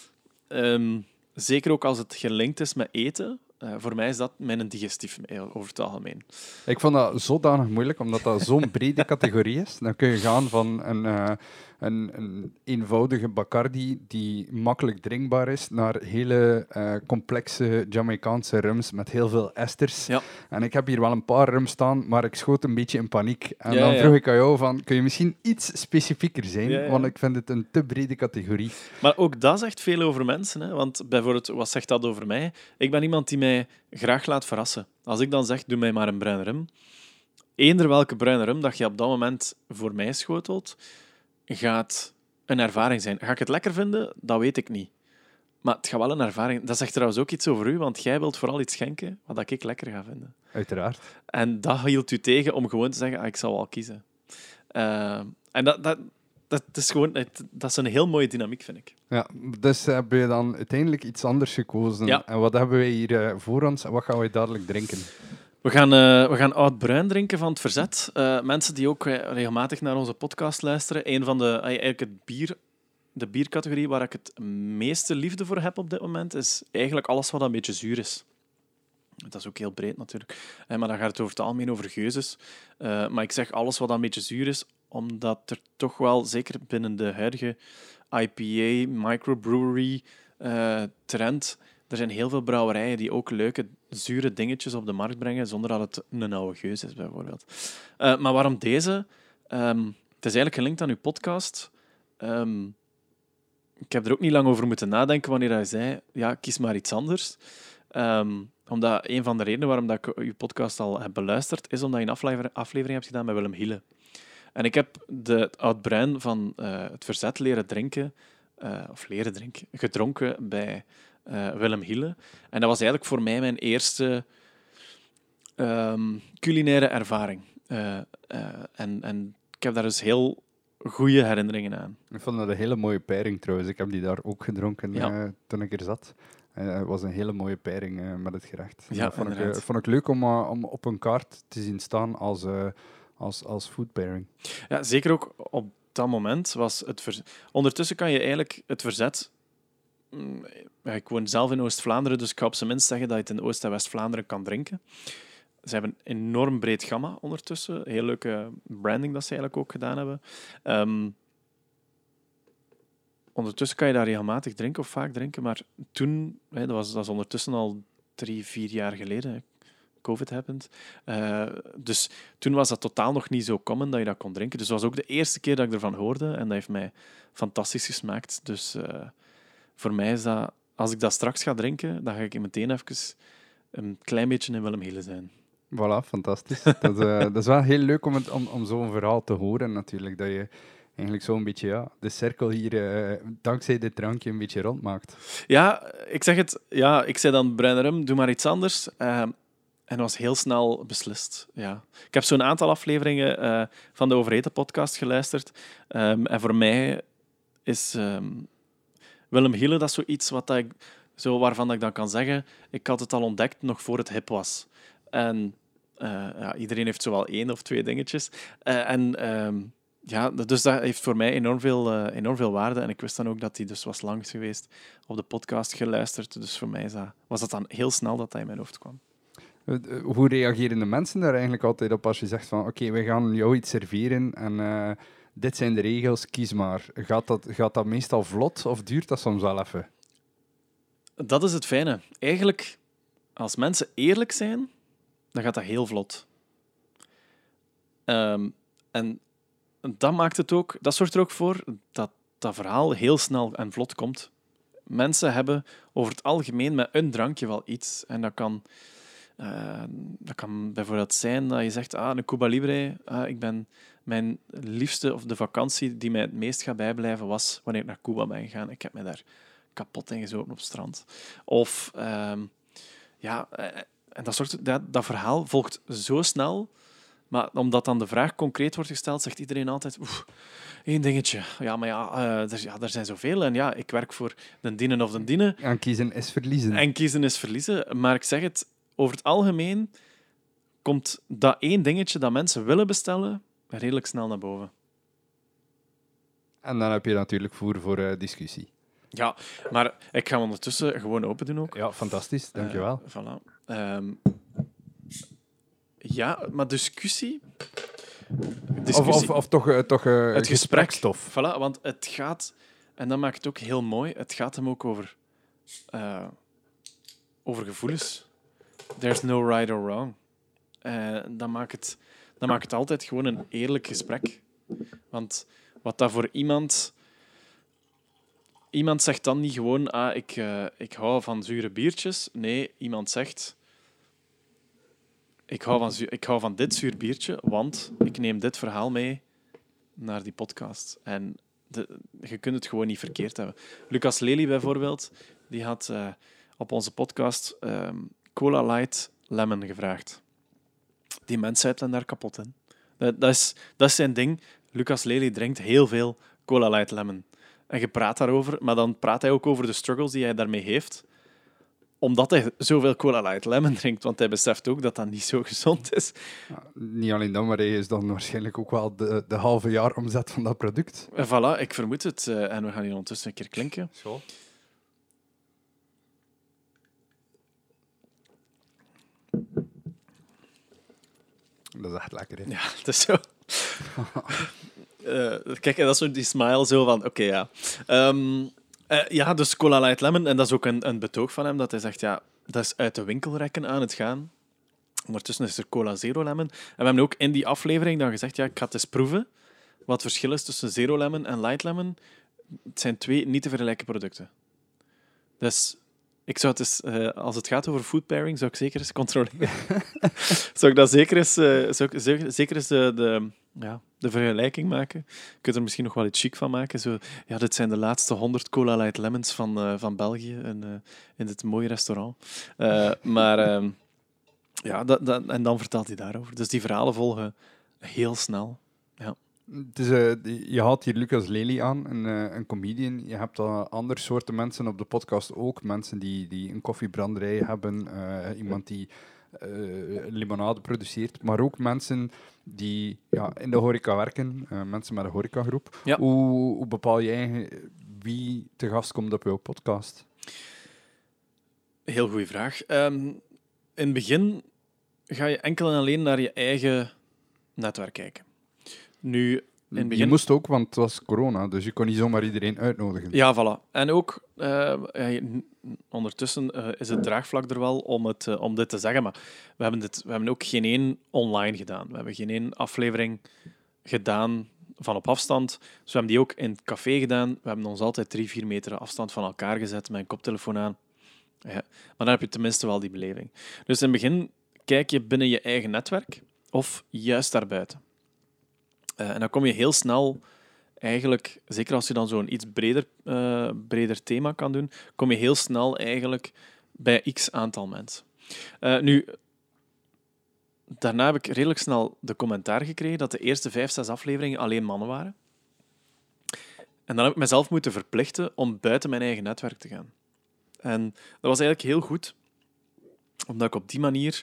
zeker ook als het gelinkt is met eten, voor mij is dat mijn digestief over het algemeen. Ik vond dat zodanig moeilijk, omdat dat zo'n brede categorie is. Dan kun je gaan van een eenvoudige Bacardi die makkelijk drinkbaar is, naar hele complexe Jamaicaanse rums met heel veel esters. Ja. En ik heb hier wel een paar rums staan, maar ik schoot een beetje in paniek. En Ja, dan ja. vroeg ik aan jou van, kun je misschien iets specifieker zijn? Ja, ja. Want ik vind het een te brede categorie. Maar ook dat zegt veel over mensen. Hè? Want bijvoorbeeld, wat zegt dat over mij? Ik ben iemand die mij graag laat verrassen. Als ik dan zeg, doe mij maar een bruine rum. Eender welke bruine rum dat je op dat moment voor mij schotelt, gaat een ervaring zijn. Ga ik het lekker vinden? Dat weet ik niet. Maar het gaat wel een ervaring. Dat zegt trouwens ook iets over u, want jij wilt vooral iets schenken wat ik lekker ga vinden. Uiteraard. En dat hield u tegen om gewoon te zeggen, ik zal wel kiezen. En dat is gewoon... Dat is een heel mooie dynamiek, vind ik. Ja, dus hebben we dan uiteindelijk iets anders gekozen. Ja. En wat hebben wij hier voor ons en wat gaan wij dadelijk drinken? We gaan oud bruin drinken van het Verzet. Mensen die ook regelmatig naar onze podcast luisteren. Een van eigenlijk de biercategorie waar ik het meeste liefde voor heb op dit moment, is eigenlijk alles wat een beetje zuur is. Dat is ook heel breed natuurlijk. Maar dan gaat het over het algemeen over geuzes. Maar ik zeg alles wat een beetje zuur is, omdat er toch wel, zeker binnen de huidige IPA, microbrewery trend, er zijn heel veel brouwerijen die ook leuke, zure dingetjes op de markt brengen, zonder dat het een oude geus is, bijvoorbeeld. Maar waarom deze? Het is eigenlijk gelinkt aan uw podcast. Ik heb er ook niet lang over moeten nadenken wanneer hij zei, kies maar iets anders. Omdat een van de redenen waarom dat ik uw podcast al heb beluisterd, is omdat je een aflevering hebt gedaan met Willem Hille. En ik heb de oud-bruin van het Verzet gedronken bij Willem Hille. En dat was eigenlijk voor mij mijn eerste culinaire ervaring. En ik heb daar dus heel goede herinneringen aan. Ik vond dat een hele mooie pairing trouwens. Ik heb die daar ook gedronken toen ik er zat. Het was een hele mooie pairing met het gerecht. Ja, Dat vond ik leuk om op een kaart te zien staan als food pairing. Ja, zeker ook op dat moment was het ondertussen kan je eigenlijk het verzet... Ik woon zelf in Oost-Vlaanderen, dus ik ga op zijn minst zeggen dat je het in Oost- en West-Vlaanderen kan drinken. Ze hebben een enorm breed gamma ondertussen. Heel leuke branding dat ze eigenlijk ook gedaan hebben. Ondertussen kan je daar regelmatig drinken of vaak drinken, maar toen, dat is ondertussen al 3-4 jaar geleden, COVID happened. Dus toen was dat totaal nog niet zo common dat je dat kon drinken. Dus dat was ook de eerste keer dat ik ervan hoorde en dat heeft mij fantastisch gesmaakt. Dus voor mij is dat, als ik dat straks ga drinken, dan ga ik meteen even een klein beetje in Willem Hille zijn. Voilà, fantastisch. Dat is wel heel leuk om zo'n verhaal te horen natuurlijk, dat je eigenlijk zo'n beetje de cirkel hier, dankzij dit drankje, een beetje rondmaakt. Ja, ik zeg het. Ja, ik zei dan, Bruinerum, doe maar iets anders. En dat was heel snel beslist. Ja. Ik heb zo'n aantal afleveringen van de Overeten podcast geluisterd. En voor mij is Willem Hille dat zoiets waarvan ik dan kan zeggen, ik had het al ontdekt nog voor het hip was. En iedereen heeft zo wel 1 of 2 dingetjes. Dus dat heeft voor mij enorm veel waarde. En ik wist dan ook dat hij dus was langs geweest, op de podcast geluisterd. Dus voor mij was dat dan heel snel dat in mijn hoofd kwam. Hoe reageren de mensen daar eigenlijk altijd op als je zegt van oké, we gaan jou iets serveren en dit zijn de regels, kies maar. Gaat dat meestal vlot of duurt dat soms wel even? Dat is het fijne. Eigenlijk, als mensen eerlijk zijn, dan gaat dat heel vlot. En dat zorgt er ook voor dat dat verhaal heel snel en vlot komt. Mensen hebben over het algemeen met een drankje wel iets. En dat kan bijvoorbeeld zijn dat je zegt, een Cuba Libre, mijn liefste, of de vakantie die mij het meest gaat bijblijven, was wanneer ik naar Cuba ben gegaan. Ik heb mij daar kapot ingezopen op het strand. Of, en dat verhaal volgt zo snel, maar omdat dan de vraag concreet wordt gesteld, zegt iedereen altijd, 1 dingetje. Ja, maar er zijn zoveel. En ja, ik werk voor de dienen of de dienen. En kiezen is verliezen. En kiezen is verliezen. Maar ik zeg het, over het algemeen komt dat 1 dingetje dat mensen willen bestellen redelijk snel naar boven. En dan heb je natuurlijk voer voor discussie. Ja, maar ik ga hem ondertussen gewoon open doen ook. Ja, fantastisch. Dankjewel. Voilà. Maar discussie... Of toch het gesprekstof. Voilà, want het gaat... En dat maakt het ook heel mooi. Het gaat hem ook over gevoelens. There's no right or wrong. Dat maakt het altijd gewoon een eerlijk gesprek. Want wat dat voor iemand... Iemand zegt dan niet gewoon, ik hou van zure biertjes. Nee, iemand zegt... Ik hou van dit zuur biertje, want ik neem dit verhaal mee naar die podcast. En je kunt het gewoon niet verkeerd hebben. Lucas Lely bijvoorbeeld, die had op onze podcast Cola Light Lemon gevraagd. Die mens zei daar kapot in. Dat is zijn ding. Lucas Lely drinkt heel veel Cola Light Lemon. En je praat daarover, maar dan praat hij ook over de struggles die hij daarmee heeft. Omdat hij zoveel Cola Light Lemon drinkt, want hij beseft ook dat dat niet zo gezond is. Ja, niet alleen dan, maar hij is dan waarschijnlijk ook wel de halve jaar omzet van dat product. En voilà, ik vermoed het. En we gaan hier ondertussen een keer klinken. Zo. Dat is echt lekker, hè? Ja, dat is zo. Kijk, dat is zo die smile zo van, oké, ja. Dus Cola Light Lemon, en dat is ook een betoog van hem, dat hij zegt, ja, dat is uit de winkelrekken aan het gaan. Ondertussen is er Cola Zero Lemon. En we hebben ook in die aflevering dan gezegd, ja, ik ga het eens proeven wat het verschil is tussen Zero Lemon en Light Lemon. Het zijn 2 niet te vergelijken producten. Dus ik zou het eens, als het gaat over food pairing, zou ik zeker eens controleren. Zou ik dat zeker eens de vergelijking maken. Je kunt er misschien nog wel iets chic van maken. Zo, ja, dit zijn de laatste 100 Cola Light Lemons van België in dit mooie restaurant. En dan vertelt hij daarover. Dus die verhalen volgen heel snel. Ja. Het is, je haalt hier Lucas Lely aan, een comedian. Je hebt andere soorten mensen op de podcast ook. Mensen die een koffiebranderij hebben, iemand die limonade produceert, maar ook mensen die in de horeca werken, mensen met een horecagroep. Ja. Hoe bepaal jij wie te gast komt op jouw podcast? Heel goede vraag. In het begin ga je enkel en alleen naar je eigen netwerk kijken. Nu, in het begin... Je moest ook, want het was corona, dus je kon niet zomaar iedereen uitnodigen. Ja, voilà. En ook, ondertussen is het draagvlak er wel om dit te zeggen, maar we hebben ook geen één online gedaan. We hebben geen één aflevering gedaan van op afstand. Dus we hebben die ook in het café gedaan. We hebben ons altijd 3-4 meter afstand van elkaar gezet met een koptelefoon aan. Ja. Maar dan heb je tenminste wel die beleving. Dus in het begin kijk je binnen je eigen netwerk of juist daarbuiten. En dan kom je heel snel, eigenlijk, zeker als je dan zo'n iets breder thema kan doen, kom je heel snel eigenlijk bij x aantal mensen. Nu, daarna heb ik redelijk snel de commentaar gekregen dat de eerste 5-6 afleveringen alleen mannen waren. En dan heb ik mezelf moeten verplichten om buiten mijn eigen netwerk te gaan. En dat was eigenlijk heel goed, omdat ik op die manier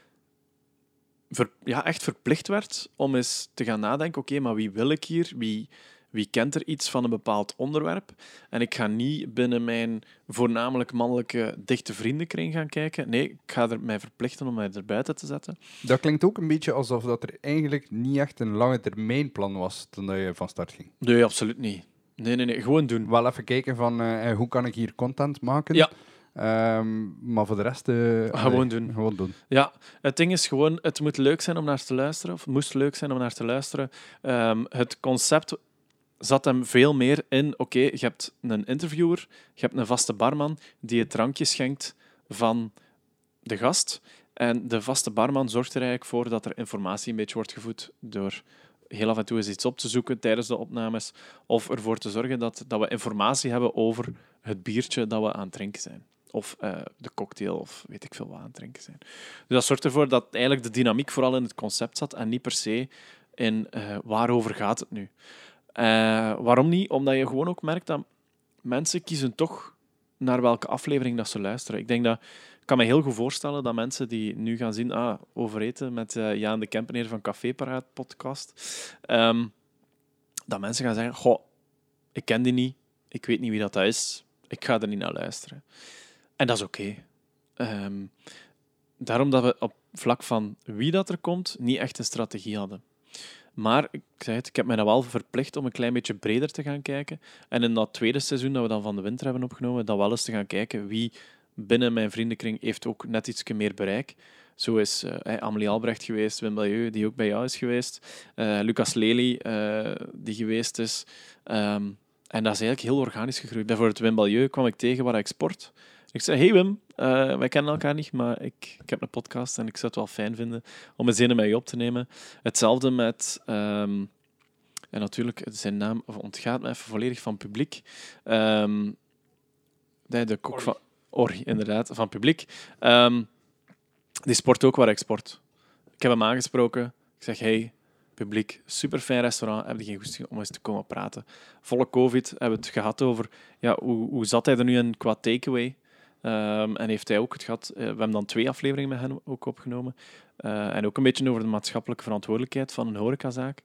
echt verplicht werd om eens te gaan nadenken, oké, maar wie wil ik hier? Wie kent er iets van een bepaald onderwerp? En ik ga niet binnen mijn voornamelijk mannelijke dichte vriendenkring gaan kijken. Nee, ik ga mij verplichten om mij er buiten te zetten. Dat klinkt ook een beetje alsof dat er eigenlijk niet echt een lange termijnplan was toen je van start ging. Nee, absoluut niet. Nee, gewoon doen. Wel even kijken van hoe kan ik hier content maken. Ja. Maar voor de rest... Gewoon doen. Gewoon doen. Ja, het ding is gewoon, het moet leuk zijn om naar te luisteren. Of het moest leuk zijn om naar te luisteren. Het concept zat hem veel meer in, oké, je hebt een interviewer, je hebt een vaste barman die het drankje schenkt van de gast. En de vaste barman zorgt er eigenlijk voor dat er informatie een beetje wordt gevoed door heel af en toe eens iets op te zoeken tijdens de opnames. Of ervoor te zorgen dat we informatie hebben over het biertje dat we aan het drinken zijn. Of de cocktail, of weet ik veel wat aan het drinken zijn. Dus dat zorgt ervoor dat eigenlijk de dynamiek vooral in het concept zat en niet per se in waarover gaat het nu. Waarom niet? Omdat je gewoon ook merkt dat mensen kiezen toch naar welke aflevering dat ze luisteren. Ik kan me heel goed voorstellen dat mensen die nu gaan zien, over eten met Jaan de Kempeneer van Café Paraat podcast, dat mensen gaan zeggen, goh, ik ken die niet, ik weet niet wie dat is, ik ga er niet naar luisteren. En dat is oké. Daarom dat we op vlak van wie dat er komt, niet echt een strategie hadden. Maar, ik zei het, ik heb mij dan wel verplicht om een klein beetje breder te gaan kijken. En in dat tweede seizoen dat we dan van de winter hebben opgenomen, dan wel eens te gaan kijken wie binnen mijn vriendenkring heeft ook net iets meer bereik. Zo is Amélie Albrecht geweest, Wim Balieu, die ook bij jou is geweest. Lucas Lely, die geweest is. En dat is eigenlijk heel organisch gegroeid. Bijvoorbeeld Wim Balieu kwam ik tegen waar ik sport. Ik zei, hey Wim, wij kennen elkaar niet, maar ik heb een podcast en ik zou het wel fijn vinden om eens een met je op te nemen. Hetzelfde met, en natuurlijk, zijn naam ontgaat me even volledig van Publiek. De kok van Orri, inderdaad, van Publiek. Die sport ook waar ik sport. Ik heb hem aangesproken. Ik zeg, hey, Publiek, super fijn restaurant, heb je geen goesting om eens te komen praten. Volle COVID hebben we het gehad over hoe zat hij er nu in qua takeaway. En heeft hij ook het gehad. We hebben dan 2 afleveringen met hem ook opgenomen. En ook een beetje over de maatschappelijke verantwoordelijkheid van een horecazaak.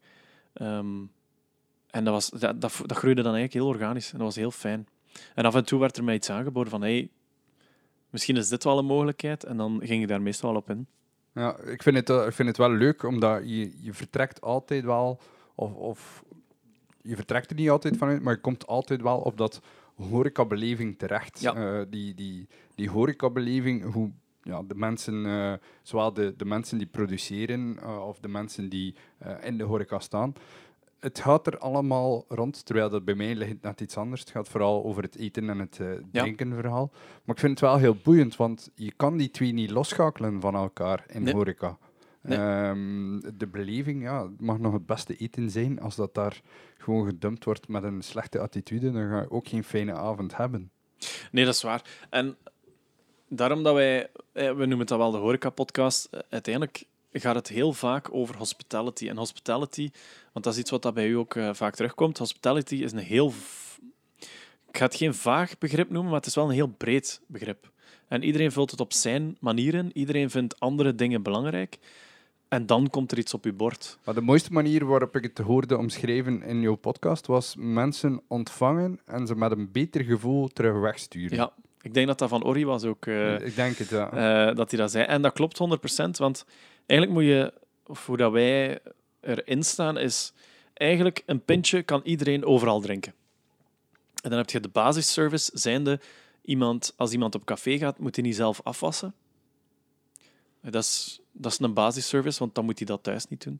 En dat groeide dan eigenlijk heel organisch. En dat was heel fijn. En af en toe werd er mij iets aangeboden van hey, misschien is dit wel een mogelijkheid. En dan ging ik daar meestal wel op in. Ja, ik vind het wel leuk, omdat je vertrekt altijd wel... Of je vertrekt er niet altijd vanuit, maar je komt altijd wel op dat horecabeleving terecht. Ja. Die horecabeleving, hoe de mensen, zowel de mensen die produceren of de mensen die in de horeca staan, het gaat er allemaal rond, terwijl dat bij mij ligt net iets anders. Het gaat vooral over het eten en het drinken verhaal. Maar ik vind het wel heel boeiend, want je kan die twee niet losschakelen van elkaar in horeca. Nee. De beleving, het mag nog het beste eten zijn. Als dat daar gewoon gedumpt wordt met een slechte attitude, dan ga je ook geen fijne avond hebben. Nee, dat is waar. En daarom dat we noemen het dan wel de horeca-podcast, uiteindelijk gaat het heel vaak over hospitality. En hospitality, want dat is iets wat dat bij u ook vaak terugkomt. Hospitality is een heel... Ik ga het geen vaag begrip noemen, maar het is wel een heel breed begrip. En iedereen vult het op zijn manier in. Iedereen vindt andere dingen belangrijk. En dan komt er iets op uw bord. Maar de mooiste manier waarop ik het hoorde omschreven in jouw podcast was mensen ontvangen en ze met een beter gevoel terug wegsturen. Ja, ik denk dat dat van Ori was ook. Ik denk het, ja. Dat hij dat zei. En dat klopt 100%, want eigenlijk moet je, of hoe dat wij erin staan, is eigenlijk een pintje kan iedereen overal drinken. En dan heb je de basisservice, zijnde als iemand op café gaat, moet hij niet zelf afwassen. Dat is een basisservice, want dan moet hij dat thuis niet doen.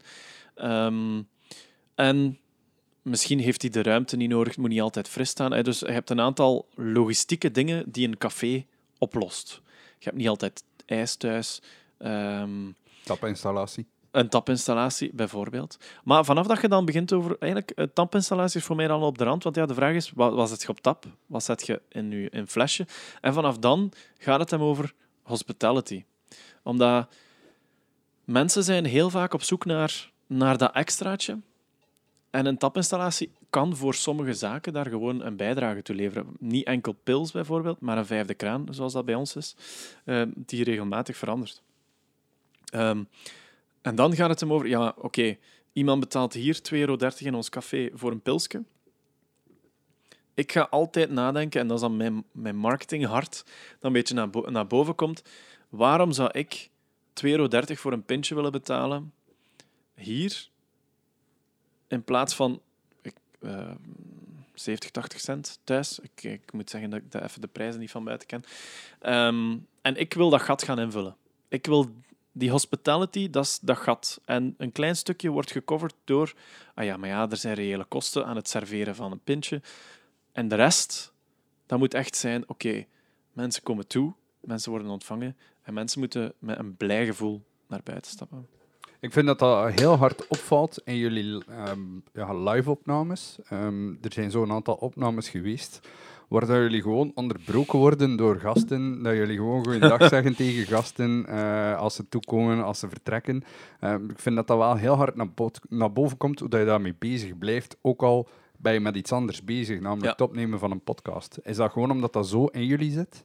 En misschien heeft hij de ruimte niet nodig, het moet niet altijd fris staan. Dus je hebt een aantal logistieke dingen die een café oplost. Je hebt niet altijd ijs thuis. Tapinstallatie. Een tapinstallatie, bijvoorbeeld. Maar vanaf dat je dan begint over... Eigenlijk, tapinstallatie is voor mij dan op de rand, want ja, de vraag is, wat zet je op tap? Wat zet je in je flesje? En vanaf dan gaat het hem over hospitality. Omdat mensen zijn heel vaak op zoek naar dat extraatje. En een tapinstallatie kan voor sommige zaken daar gewoon een bijdrage toe leveren. Niet enkel pils bijvoorbeeld, maar een vijfde kraan, zoals dat bij ons is, die regelmatig verandert. En dan gaat het hem over... Ja, oké, iemand betaalt hier €2,30 in ons café voor een pilsje. Ik ga altijd nadenken, en dat is dan mijn marketinghart dat een beetje naar boven komt. Waarom zou ik €2,30 voor een pintje willen betalen hier, in plaats van 70, 80 cent thuis? Ik moet zeggen dat ik even de prijzen niet van buiten ken. En ik wil dat gat gaan invullen. Ik wil die hospitality, dat is dat gat. En een klein stukje wordt gecoverd door... er zijn reële kosten aan het serveren van een pintje. En de rest, dat moet echt zijn... Oké, mensen komen toe, mensen worden ontvangen en mensen moeten met een blij gevoel naar buiten stappen. Ik vind dat dat heel hard opvalt in jullie live-opnames. Er zijn zo'n aantal opnames geweest waar dat jullie gewoon onderbroken worden door gasten, dat jullie gewoon goeiedag zeggen tegen gasten als ze toekomen, als ze vertrekken. Ik vind dat dat wel heel hard naar boven komt, hoe dat je daarmee bezig blijft, ook al ben je met iets anders bezig, namelijk het opnemen van een podcast. Is dat gewoon omdat dat zo in jullie zit?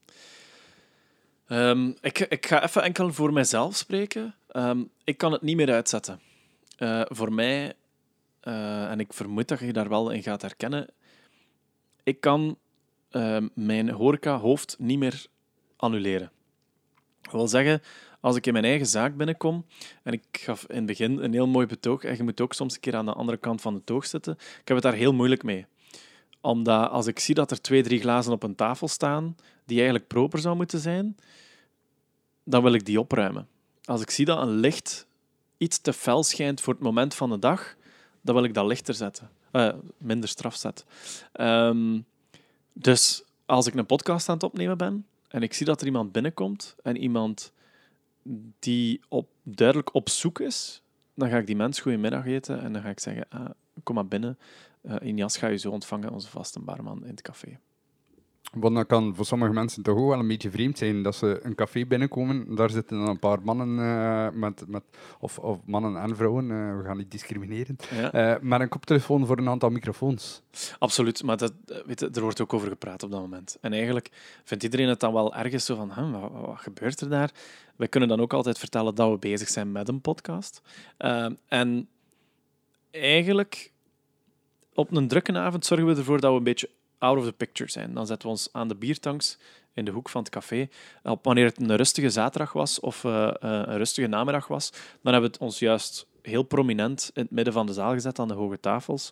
Ik ga even enkel voor mijzelf spreken. Ik kan het niet meer uitzetten. Voor mij, en ik vermoed dat je daar wel in gaat herkennen, ik kan mijn horeca-hoofd niet meer annuleren. Dat wil zeggen, als ik in mijn eigen zaak binnenkom, en ik gaf in het begin een heel mooi betoog, en je moet ook soms een keer aan de andere kant van de toog zitten, ik heb het daar heel moeilijk mee. Omdat als ik zie dat er 2, 3 glazen op een tafel staan, die eigenlijk proper zou moeten zijn, dan wil ik die opruimen. Als ik zie dat een licht iets te fel schijnt voor het moment van de dag, dan wil ik dat lichter zetten. Minder straf zetten. Dus als ik een podcast aan het opnemen ben en ik zie dat er iemand binnenkomt en iemand die duidelijk op zoek is, dan ga ik die mens goedemiddag eten en dan ga ik zeggen, kom maar binnen. Injas ga je zo ontvangen, onze vaste barman in het café. Want dat kan voor sommige mensen toch ook wel een beetje vreemd zijn, dat ze een café binnenkomen, daar zitten dan een paar mannen, of mannen en vrouwen, we gaan niet discrimineren, met een koptelefoon voor een aantal microfoons. Absoluut, maar er wordt ook over gepraat op dat moment. En eigenlijk vindt iedereen het dan wel ergens zo van, wat gebeurt er daar? Wij kunnen dan ook altijd vertellen dat we bezig zijn met een podcast. En eigenlijk, op een drukke avond zorgen we ervoor dat we een beetje out of the picture zijn. Dan zetten we ons aan de biertanks in de hoek van het café. Wanneer het een rustige zaterdag was of een rustige namiddag was, dan hebben we het ons juist heel prominent in het midden van de zaal gezet aan de hoge tafels.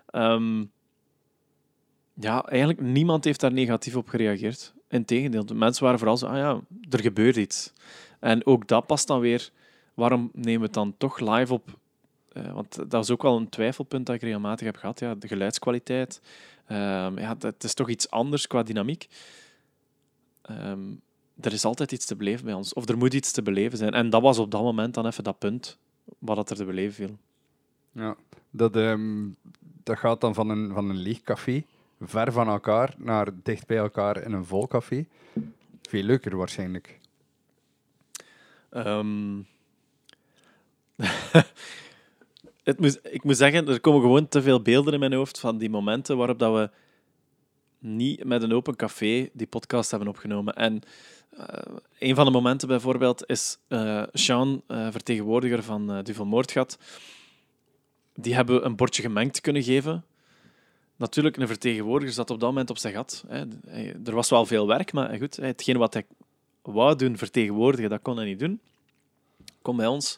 Eigenlijk niemand heeft daar negatief op gereageerd. Integendeel, de mensen waren vooral zo, er gebeurt iets. En ook dat past dan weer, waarom nemen we het dan toch live op? Want dat is ook wel een twijfelpunt dat ik regelmatig heb gehad. Ja, de geluidskwaliteit. Het is toch iets anders qua dynamiek. Er is altijd iets te beleven bij ons. Of er moet iets te beleven zijn. En dat was op dat moment dan even dat punt wat er te beleven viel. Ja, dat gaat dan van een leeg café, ver van elkaar, naar dicht bij elkaar in een vol café. Veel leuker waarschijnlijk. Ik moet zeggen, er komen gewoon te veel beelden in mijn hoofd van die momenten waarop dat we niet met een open café die podcast hebben opgenomen. En een van de momenten bijvoorbeeld is Sean, vertegenwoordiger van Duvel Moordgat. Die hebben we een bordje gemengd kunnen geven. Natuurlijk, een vertegenwoordiger zat op dat moment op zijn gat. Hè. Er was wel veel werk, maar goed, hetgeen wat hij wou doen, vertegenwoordigen, dat kon hij niet doen. Kom bij ons.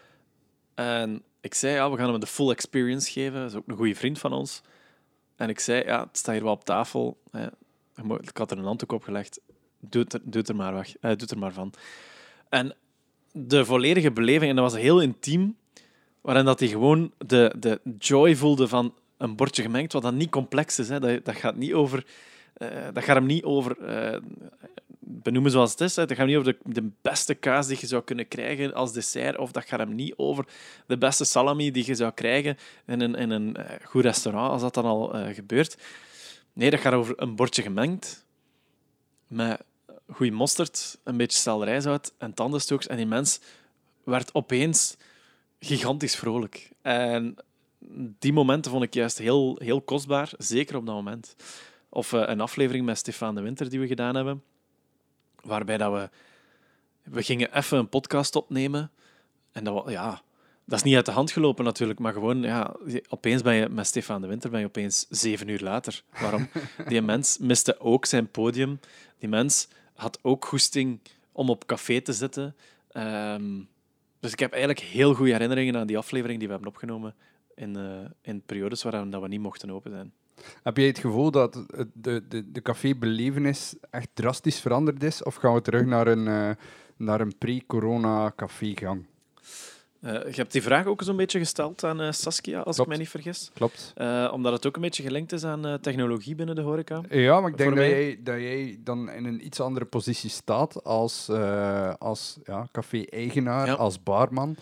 En ik zei, ja, we gaan hem de full experience geven. Dat is ook een goede vriend van ons. En ik zei, ja, het staat hier wel op tafel. Hè. Ik had er een handdoek op gelegd. Doe het er maar weg. Doe het er maar van. En de volledige beleving, en dat was heel intiem, waarin dat hij gewoon de joy voelde van een bordje gemengd, wat dan niet complex is. Hè. Dat gaat niet over... dat gaat hem niet over benoemen zoals het is. Hè. Dat gaat hem niet over de beste kaas die je zou kunnen krijgen als dessert, of dat gaat hem niet over de beste salami die je zou krijgen in een goed restaurant, als dat dan al gebeurt. Nee, dat gaat over een bordje gemengd met goede mosterd, een beetje selderijzout en tandenstokers. En die mens werd opeens gigantisch vrolijk. En die momenten vond ik juist heel, heel kostbaar, zeker op dat moment. Of een aflevering met Stefan de Winter die we gedaan hebben, waarbij dat we gingen even een podcast opnemen. En dat is niet uit de hand gelopen natuurlijk, maar gewoon, ja, opeens ben je met Stefan de Winter ben je opeens 7 uur later. Waarom? Die mens miste ook zijn podium. Die mens had ook goesting om op café te zitten. Dus ik heb eigenlijk heel goede herinneringen aan die aflevering die we hebben opgenomen in periodes waarin dat we niet mochten open zijn. Heb jij het gevoel dat de cafébelevenis echt drastisch veranderd is? Of gaan we terug naar een pre-corona cafégang? Je hebt die vraag ook zo'n beetje gesteld aan Saskia, als ik mij niet vergis. Klopt. Omdat het ook een beetje gelinkt is aan technologie binnen de horeca. Ja, maar ik denk dat jij dan in een iets andere positie staat als café-eigenaar, als barman.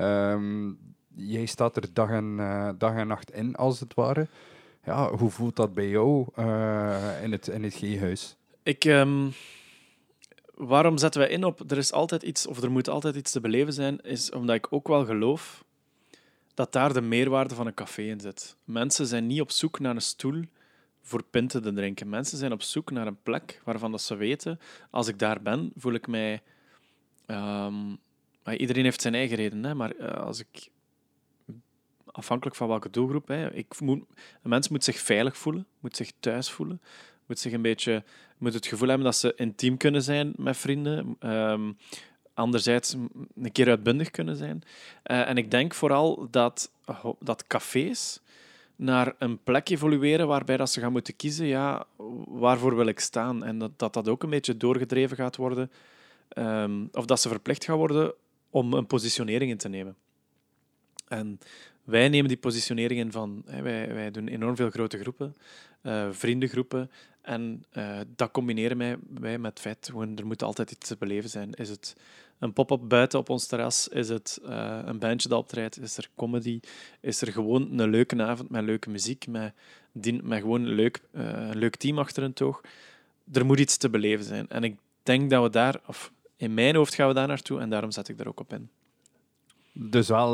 Jij staat er dag en nacht in, als het ware. Ja, hoe voelt dat bij jou in het G-huis? Waarom zetten wij in op er is altijd iets, of er moet altijd iets te beleven zijn, is omdat ik ook wel geloof dat daar de meerwaarde van een café in zit. Mensen zijn niet op zoek naar een stoel voor pinten te drinken. Mensen zijn op zoek naar een plek waarvan dat ze weten, als ik daar ben, voel ik mij... iedereen heeft zijn eigen reden, hè, maar als ik... Afhankelijk van welke doelgroep. Een mens moet zich veilig voelen, moet zich thuis voelen, moet het gevoel hebben dat ze intiem kunnen zijn met vrienden. Anderzijds een keer uitbundig kunnen zijn. En ik denk vooral dat cafés naar een plek evolueren waarbij dat ze gaan moeten kiezen, ja, waarvoor wil ik staan? En dat ook een beetje doorgedreven gaat worden. Of dat ze verplicht gaan worden om een positionering in te nemen. En wij nemen die positionering in van... Wij doen enorm veel grote groepen, vriendengroepen. En dat combineren wij met het feit, gewoon, er moet altijd iets te beleven zijn. Is het een pop-up buiten op ons terras? Is het een bandje dat optreedt? Is er comedy? Is er gewoon een leuke avond met leuke muziek? Met gewoon een leuk team achter een toog? Er moet iets te beleven zijn. En ik denk dat we daar... Of in mijn hoofd gaan we daar naartoe en daarom zet ik daar ook op in. Dus wel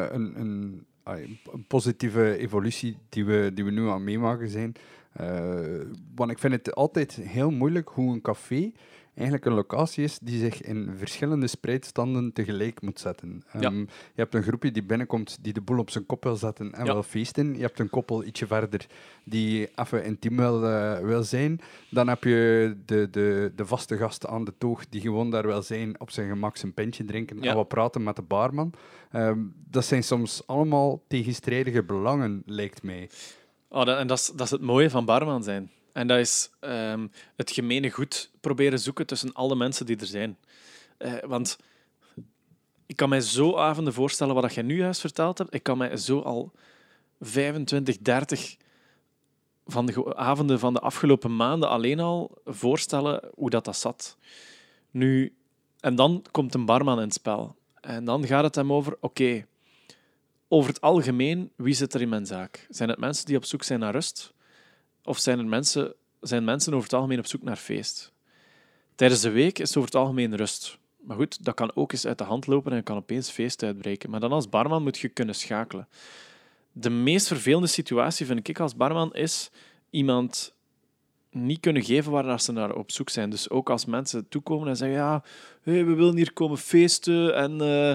een positieve evolutie die we nu aan het meemaken zijn. Want ik vind het altijd heel moeilijk hoe een café eigenlijk een locatie is die zich in verschillende spreidstanden tegelijk moet zetten. Je hebt een groepje die binnenkomt die de boel op zijn kop wil zetten en wil feesten. Je hebt een koppel ietsje verder die even intiem wil zijn. Dan heb je de vaste gast aan de toog die gewoon daar wil zijn, op zijn gemak zijn pintje drinken en wat praten met de barman. Dat zijn soms allemaal tegenstrijdige belangen, lijkt mij. En dat is het mooie van barman zijn. En dat is het gemene goed proberen zoeken tussen alle mensen die er zijn. Want ik kan mij zo avonden voorstellen wat jij nu juist verteld hebt. Ik kan mij zo al 25, 30 van de avonden van de afgelopen maanden alleen al voorstellen hoe dat zat. Nu, en dan komt een barman in het spel. En dan gaat het hem over, oké, over het algemeen, wie zit er in mijn zaak? Zijn het mensen die op zoek zijn naar rust? Of zijn mensen over het algemeen op zoek naar feest? Tijdens de week is het over het algemeen rust. Maar goed, dat kan ook eens uit de hand lopen en kan opeens feest uitbreken. Maar dan als barman moet je kunnen schakelen. De meest vervelende situatie, vind ik als barman, is iemand niet kunnen geven waar ze naar op zoek zijn. Dus ook als mensen toekomen en zeggen, ja, hey, we willen hier komen feesten. En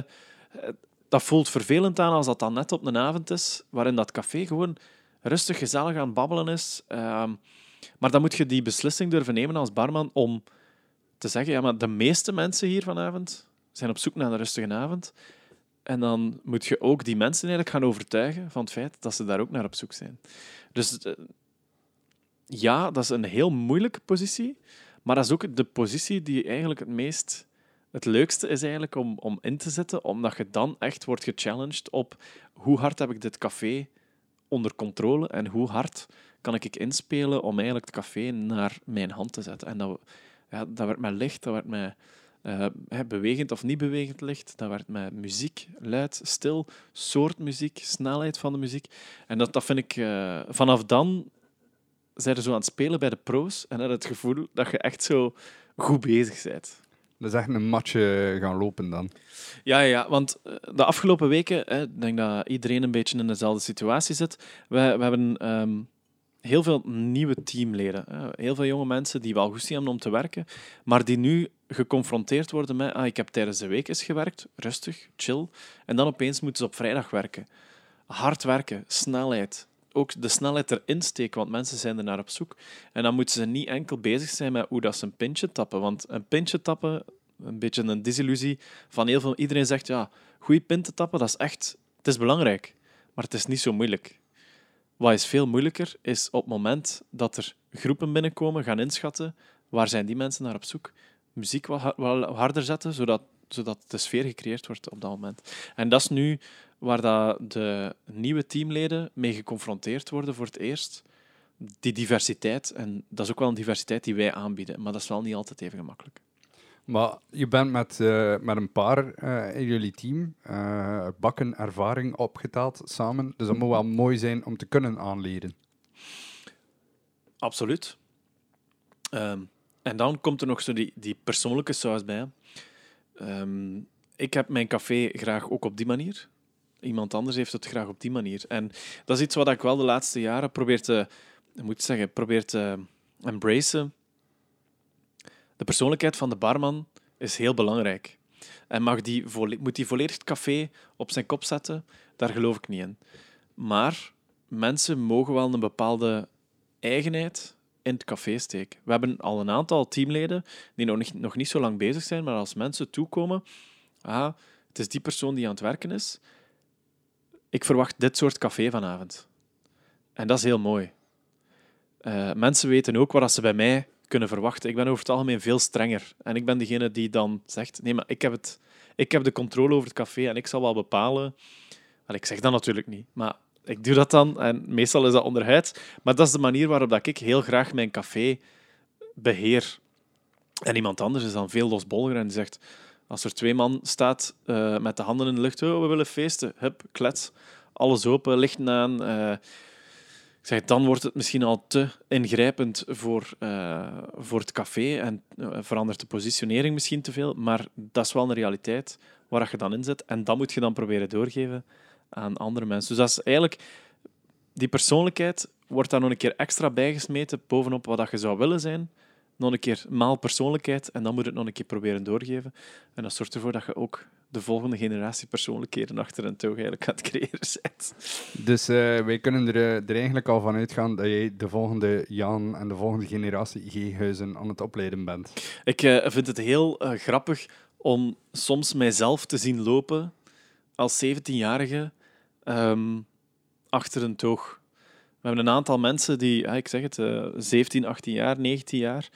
dat voelt vervelend aan als dat dan net op een avond is, waarin dat café gewoon rustig, gezellig aan het babbelen is. Maar dan moet je die beslissing durven nemen als barman om te zeggen, ja, maar de meeste mensen hier vanavond zijn op zoek naar een rustige avond. En dan moet je ook die mensen eigenlijk gaan overtuigen van het feit dat ze daar ook naar op zoek zijn. Dus ja, dat is een heel moeilijke positie, maar dat is ook de positie die eigenlijk het leukste is eigenlijk om in te zetten, omdat je dan echt wordt gechallenged op hoe hard heb ik dit café onder controle en hoe hard kan ik inspelen om eigenlijk het café naar mijn hand te zetten. En dat werd met licht, dat werd met bewegend of niet bewegend licht, dat werd met muziek, luid, stil, soort muziek, snelheid van de muziek. En dat vind ik... vanaf dan zijn er zo aan het spelen bij de pro's en heb je het gevoel dat je echt zo goed bezig bent. Dat is echt een matje gaan lopen dan. Ja, want de afgelopen weken, ik denk dat iedereen een beetje in dezelfde situatie zit. We hebben heel veel nieuwe teamleden. Heel veel jonge mensen die wel goesting hebben om te werken, maar die nu geconfronteerd worden met ik heb tijdens de week eens gewerkt, rustig, chill, en dan opeens moeten ze op vrijdag werken. Hard werken, snelheid. Ook de snelheid erin steken, want mensen zijn er naar op zoek. En dan moeten ze niet enkel bezig zijn met hoe dat ze een pintje tappen. Want een pintje tappen, een beetje een disillusie van heel veel... Iedereen zegt, ja, goede pinten tappen, dat is echt... Het is belangrijk, maar het is niet zo moeilijk. Wat is veel moeilijker, is op het moment dat er groepen binnenkomen, gaan inschatten, waar zijn die mensen naar op zoek? Muziek wat harder zetten, zodat de sfeer gecreëerd wordt op dat moment. En dat is nu waar de nieuwe teamleden mee geconfronteerd worden voor het eerst. Die diversiteit. En dat is ook wel een diversiteit die wij aanbieden. Maar dat is wel niet altijd even gemakkelijk. Maar je bent met een paar in jullie team bakken ervaring opgeteld samen. Dus dat moet wel mooi zijn om te kunnen aanleren. Absoluut. En dan komt er nog zo die persoonlijke saus bij. Ik heb mijn café graag ook op die manier. Iemand anders heeft het graag op die manier. En dat is iets wat ik wel de laatste jaren probeer te embracen. De persoonlijkheid van de barman is heel belangrijk. En moet die volledig het café op zijn kop zetten? Daar geloof ik niet in. Maar mensen mogen wel een bepaalde eigenheid in het café steken. We hebben al een aantal teamleden die nog niet zo lang bezig zijn, maar als mensen toekomen, het is die persoon die aan het werken is, ik verwacht dit soort café vanavond. En dat is heel mooi. Mensen weten ook wat ze bij mij kunnen verwachten. Ik ben over het algemeen veel strenger. En ik ben degene die dan zegt, nee, maar ik heb de controle over het café en ik zal wel bepalen... Ik zeg dat natuurlijk niet, maar ik doe dat dan. En meestal is dat onderhuids. Maar dat is de manier waarop dat ik heel graag mijn café beheer. En iemand anders is dan veel losbolliger en die zegt... Als er 2 man staat met de handen in de lucht, we willen feesten, hup, klets, alles open, lichten aan. Ik zeg, dan wordt het misschien al te ingrijpend voor het café en verandert de positionering misschien te veel, maar dat is wel een realiteit waar je dan in zit en dat moet je dan proberen doorgeven aan andere mensen. Dus dat is eigenlijk... Die persoonlijkheid wordt daar nog een keer extra bijgesmeten bovenop wat je zou willen zijn. Nog een keer maal persoonlijkheid en dan moet je het nog een keer proberen doorgeven. En dat zorgt ervoor dat je ook de volgende generatie persoonlijkheden achter een toog eigenlijk aan het creëren bent. Dus wij kunnen er eigenlijk al van uitgaan dat jij de volgende Jan en de volgende generatie G-huizen aan het opleiden bent. Ik vind het heel grappig om soms mijzelf te zien lopen als 17-jarige achter een toog. We hebben een aantal mensen die, ik zeg het, 17, 18 jaar, 19 jaar.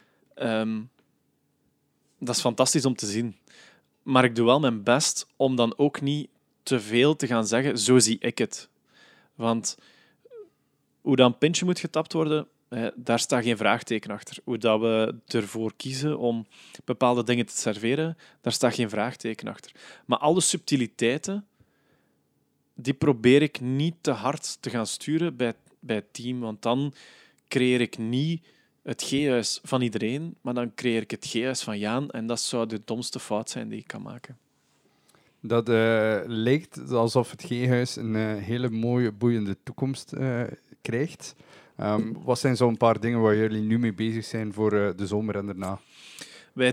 Dat is fantastisch om te zien. Maar ik doe wel mijn best om dan ook niet te veel te gaan zeggen, zo zie ik het. Want hoe dat een pintje moet getapt worden, daar staat geen vraagteken achter. Hoe dat we ervoor kiezen om bepaalde dingen te serveren, daar staat geen vraagteken achter. Maar alle subtiliteiten, die probeer ik niet te hard te gaan sturen bij het team, want dan creëer ik niet het G-huis van iedereen, maar dan creëer ik het G-huis van Jaan en dat zou de domste fout zijn die ik kan maken. Dat lijkt alsof het G-huis een hele mooie, boeiende toekomst krijgt. Wat zijn zo'n paar dingen waar jullie nu mee bezig zijn voor de zomer en daarna? We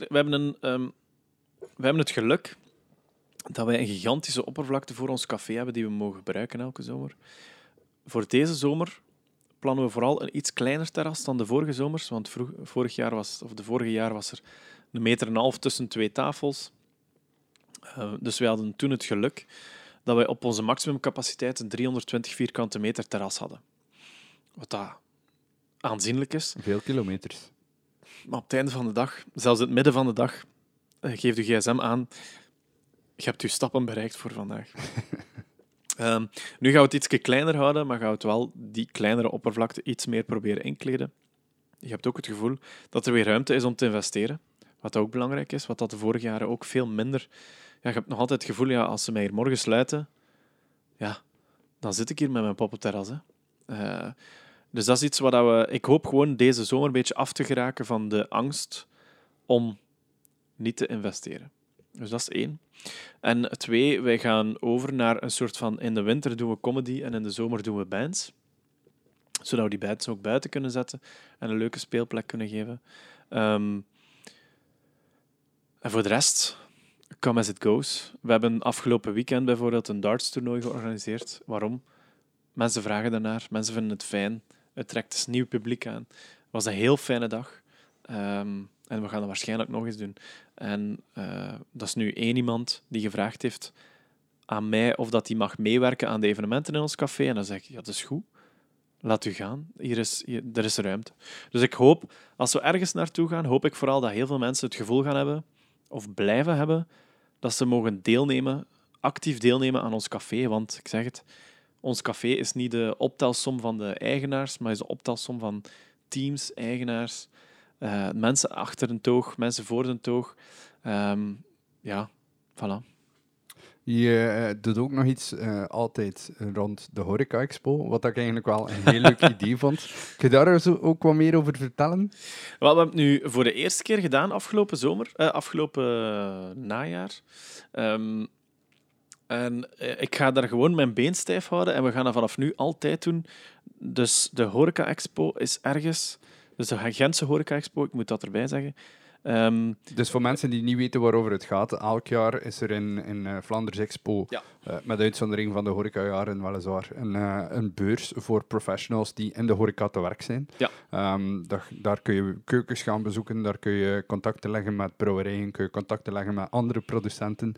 hebben het geluk dat wij een gigantische oppervlakte voor ons café hebben die we mogen gebruiken elke zomer. Voor deze zomer plannen we vooral een iets kleiner terras dan de vorige zomers, want de vorige jaar was er 1,5 meter tussen 2 tafels. Dus wij hadden toen het geluk dat wij op onze maximumcapaciteit een 320 vierkante meter terras hadden. Wat dat aanzienlijk is. Veel kilometers. Maar op het einde van de dag, zelfs in het midden van de dag, geeft uw gsm aan, je hebt uw stappen bereikt voor vandaag. Nu gaan we het iets kleiner houden, maar gaan we het wel die kleinere oppervlakte iets meer proberen inkleden. Je hebt ook het gevoel dat er weer ruimte is om te investeren, wat ook belangrijk is, wat dat de vorige jaren ook veel minder... Ja, je hebt nog altijd het gevoel, ja, als ze mij hier morgen sluiten, ja, dan zit ik hier met mijn pop op het terras. Dus dat is iets wat ik hoop gewoon deze zomer een beetje af te geraken van de angst om niet te investeren. Dus dat is 1. En 2, wij gaan over naar een soort van... In de winter doen we comedy en in de zomer doen we bands. Zodat we die bands ook buiten kunnen zetten en een leuke speelplek kunnen geven. En voor de rest, come as it goes. We hebben afgelopen weekend bijvoorbeeld een darts-toernooi georganiseerd. Waarom? Mensen vragen daarnaar, mensen vinden het fijn. Het trekt dus nieuw publiek aan. Het was een heel fijne dag. En we gaan dat waarschijnlijk nog eens doen. En dat is nu 1 iemand die gevraagd heeft aan mij of dat hij mag meewerken aan de evenementen in ons café. En dan zeg ik, ja, dat is goed. Laat u gaan. Er is ruimte. Dus ik hoop, als we ergens naartoe gaan, hoop ik vooral dat heel veel mensen het gevoel gaan hebben, of blijven hebben, dat ze mogen deelnemen, actief deelnemen aan ons café. Want, ik zeg het, ons café is niet de optelsom van de eigenaars, maar is de optelsom van teams, eigenaars, mensen achter een toog, mensen voor een toog. Ja, voilà. Je doet ook nog iets altijd rond de Horeca Expo, wat ik eigenlijk wel een heel leuk idee vond. Kun je daar zo ook wat meer over vertellen? Wel, we hebben het nu voor de eerste keer gedaan afgelopen najaar. En ik ga daar gewoon mijn been stijf houden en we gaan dat vanaf nu altijd doen. Dus de Horeca Expo is ergens... Dus de Gentse Horeca Expo, ik moet dat erbij zeggen. Dus voor mensen die niet weten waarover het gaat, elk jaar is er in Vlaanders Expo, Ja. Met uitzondering van de horecajaren weliswaar, een beurs voor professionals die in de horeca te werk zijn. Ja. Daar kun je keukens gaan bezoeken, daar kun je contacten leggen met brouwerijen, kun je contacten leggen met andere producenten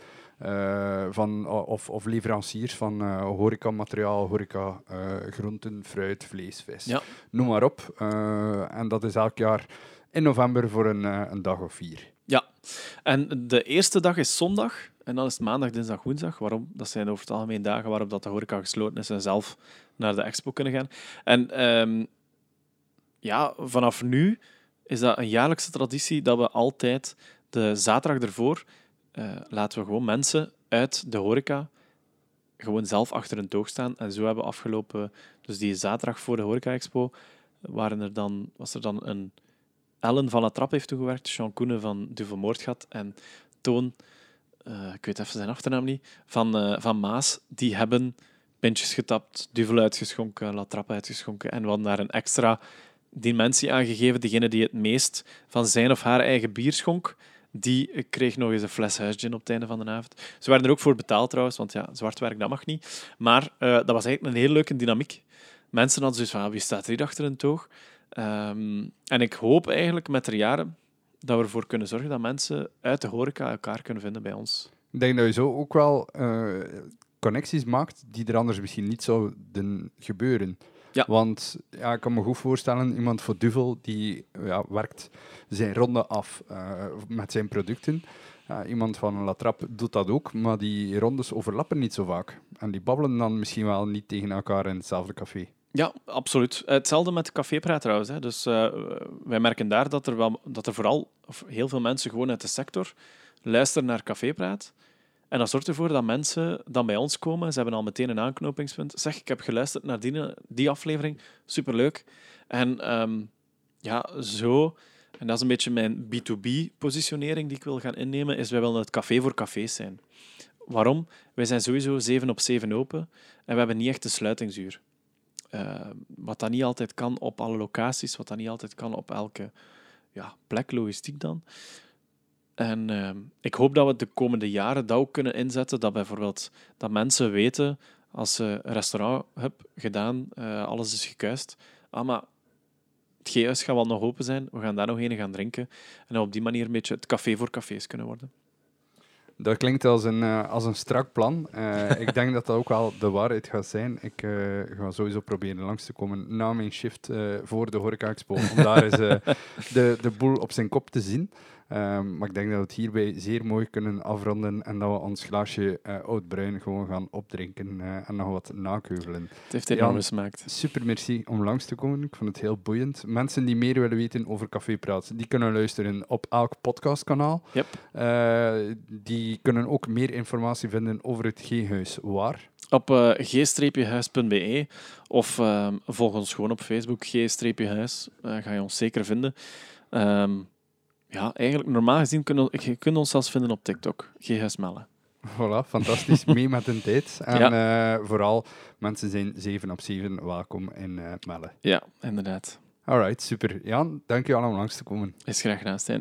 of leveranciers van horecamateriaal, horeca, groenten, fruit, vlees, vis. Ja. Noem maar op. En dat is elk jaar in november voor een dag of 4. Ja, en de eerste dag is zondag en dan is het maandag, dinsdag, woensdag. Waarom? Dat zijn over het algemeen dagen waarop dat de horeca gesloten is en zelf naar de expo kunnen gaan. En vanaf nu is dat een jaarlijkse traditie dat we altijd de zaterdag ervoor laten we gewoon mensen uit de horeca gewoon zelf achter een toog staan. En zo hebben we afgelopen... Dus die zaterdag voor de Horeca Expo was er dan een... Ellen van La Trappe heeft toegewerkt, Jean Koenen van Duvel Moordgat en Toon, ik weet even zijn achternaam niet, van Maas, die hebben pintjes getapt, Duvel uitgeschonken, La Trappe uitgeschonken en we hadden daar een extra dimensie aangegeven. Degene die het meest van zijn of haar eigen bier schonk, die kreeg nog eens een fles huisgin op het einde van de avond. Ze werden er ook voor betaald trouwens, want ja, zwart werk dat mag niet. Maar dat was eigenlijk een hele leuke dynamiek. Mensen hadden zoiets van, wie staat er hier achter een toog? En ik hoop eigenlijk met de jaren dat we ervoor kunnen zorgen dat mensen uit de horeca elkaar kunnen vinden bij ons. Ik denk dat je zo ook wel connecties maakt die er anders misschien niet zouden gebeuren. Ja. Want ja, ik kan me goed voorstellen, iemand voor Duvel die werkt zijn ronde af met zijn producten. Iemand van La Trappe doet dat ook, maar die rondes overlappen niet zo vaak. En die babbelen dan misschien wel niet tegen elkaar in hetzelfde café. Ja, absoluut. Hetzelfde met de cafépraat trouwens. Hè. Dus wij merken daar dat er vooral heel veel mensen gewoon uit de sector luisteren naar cafépraat. En dat zorgt ervoor dat mensen dan bij ons komen. Ze hebben al meteen een aanknopingspunt. Zeg, ik heb geluisterd naar die aflevering. Superleuk. En zo... En dat is een beetje mijn B2B-positionering die ik wil gaan innemen, is wij willen het café voor cafés zijn. Waarom? Wij zijn sowieso 7 op 7 open en we hebben niet echt een sluitingsuur. Wat dat niet altijd kan op alle locaties, wat dat niet altijd kan op elke plek, logistiek dan. En ik hoop dat we de komende jaren dat ook kunnen inzetten, dat bijvoorbeeld dat mensen weten, als ze een restaurant hebben gedaan, alles is gekuist, maar het G-huis gaat wel nog open zijn, we gaan daar nog een gaan drinken en op die manier een beetje het café voor cafés kunnen worden. Dat klinkt als een strak plan. Ik denk dat dat ook wel de waarheid gaat zijn. Ik ga sowieso proberen langs te komen na mijn shift voor de Horeca Expo, om daar eens de boel op zijn kop te zien. Maar ik denk dat we het hierbij zeer mooi kunnen afronden en dat we ons glaasje oud-bruin gewoon gaan opdrinken en nog wat nakeuvelen. Het heeft enorm gesmaakt. Super merci om langs te komen. Ik vond het heel boeiend. Mensen die meer willen weten over Café Praat, die kunnen luisteren op elk podcastkanaal. Yep. Die kunnen ook meer informatie vinden over het G-huis. Waar? Op g-huis.be of volg ons gewoon op Facebook, G-huis. Ga je ons zeker vinden. Eigenlijk normaal gezien kun je ons zelfs vinden op TikTok. G-huis Melle. Voilà, fantastisch. Mee met een tijd. En vooral, mensen zijn 7 op 7 welkom in Melle. Ja, inderdaad. Alright, super. Jan, dank je wel om langs te komen. Is graag gedaan, Stijn.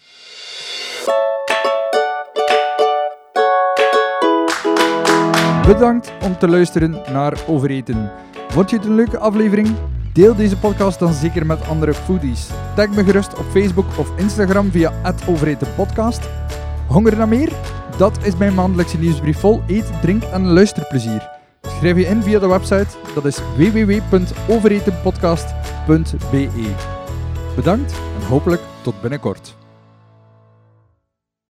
Bedankt om te luisteren naar Overeten. Vond je het een leuke aflevering? Deel deze podcast dan zeker met andere foodies. Tag me gerust op Facebook of Instagram via @overetenpodcast. Honger naar meer? Dat is mijn maandelijkse nieuwsbrief vol eet, drink en luisterplezier. Schrijf je in via de website, dat is www.overetenpodcast.be. Bedankt en hopelijk tot binnenkort.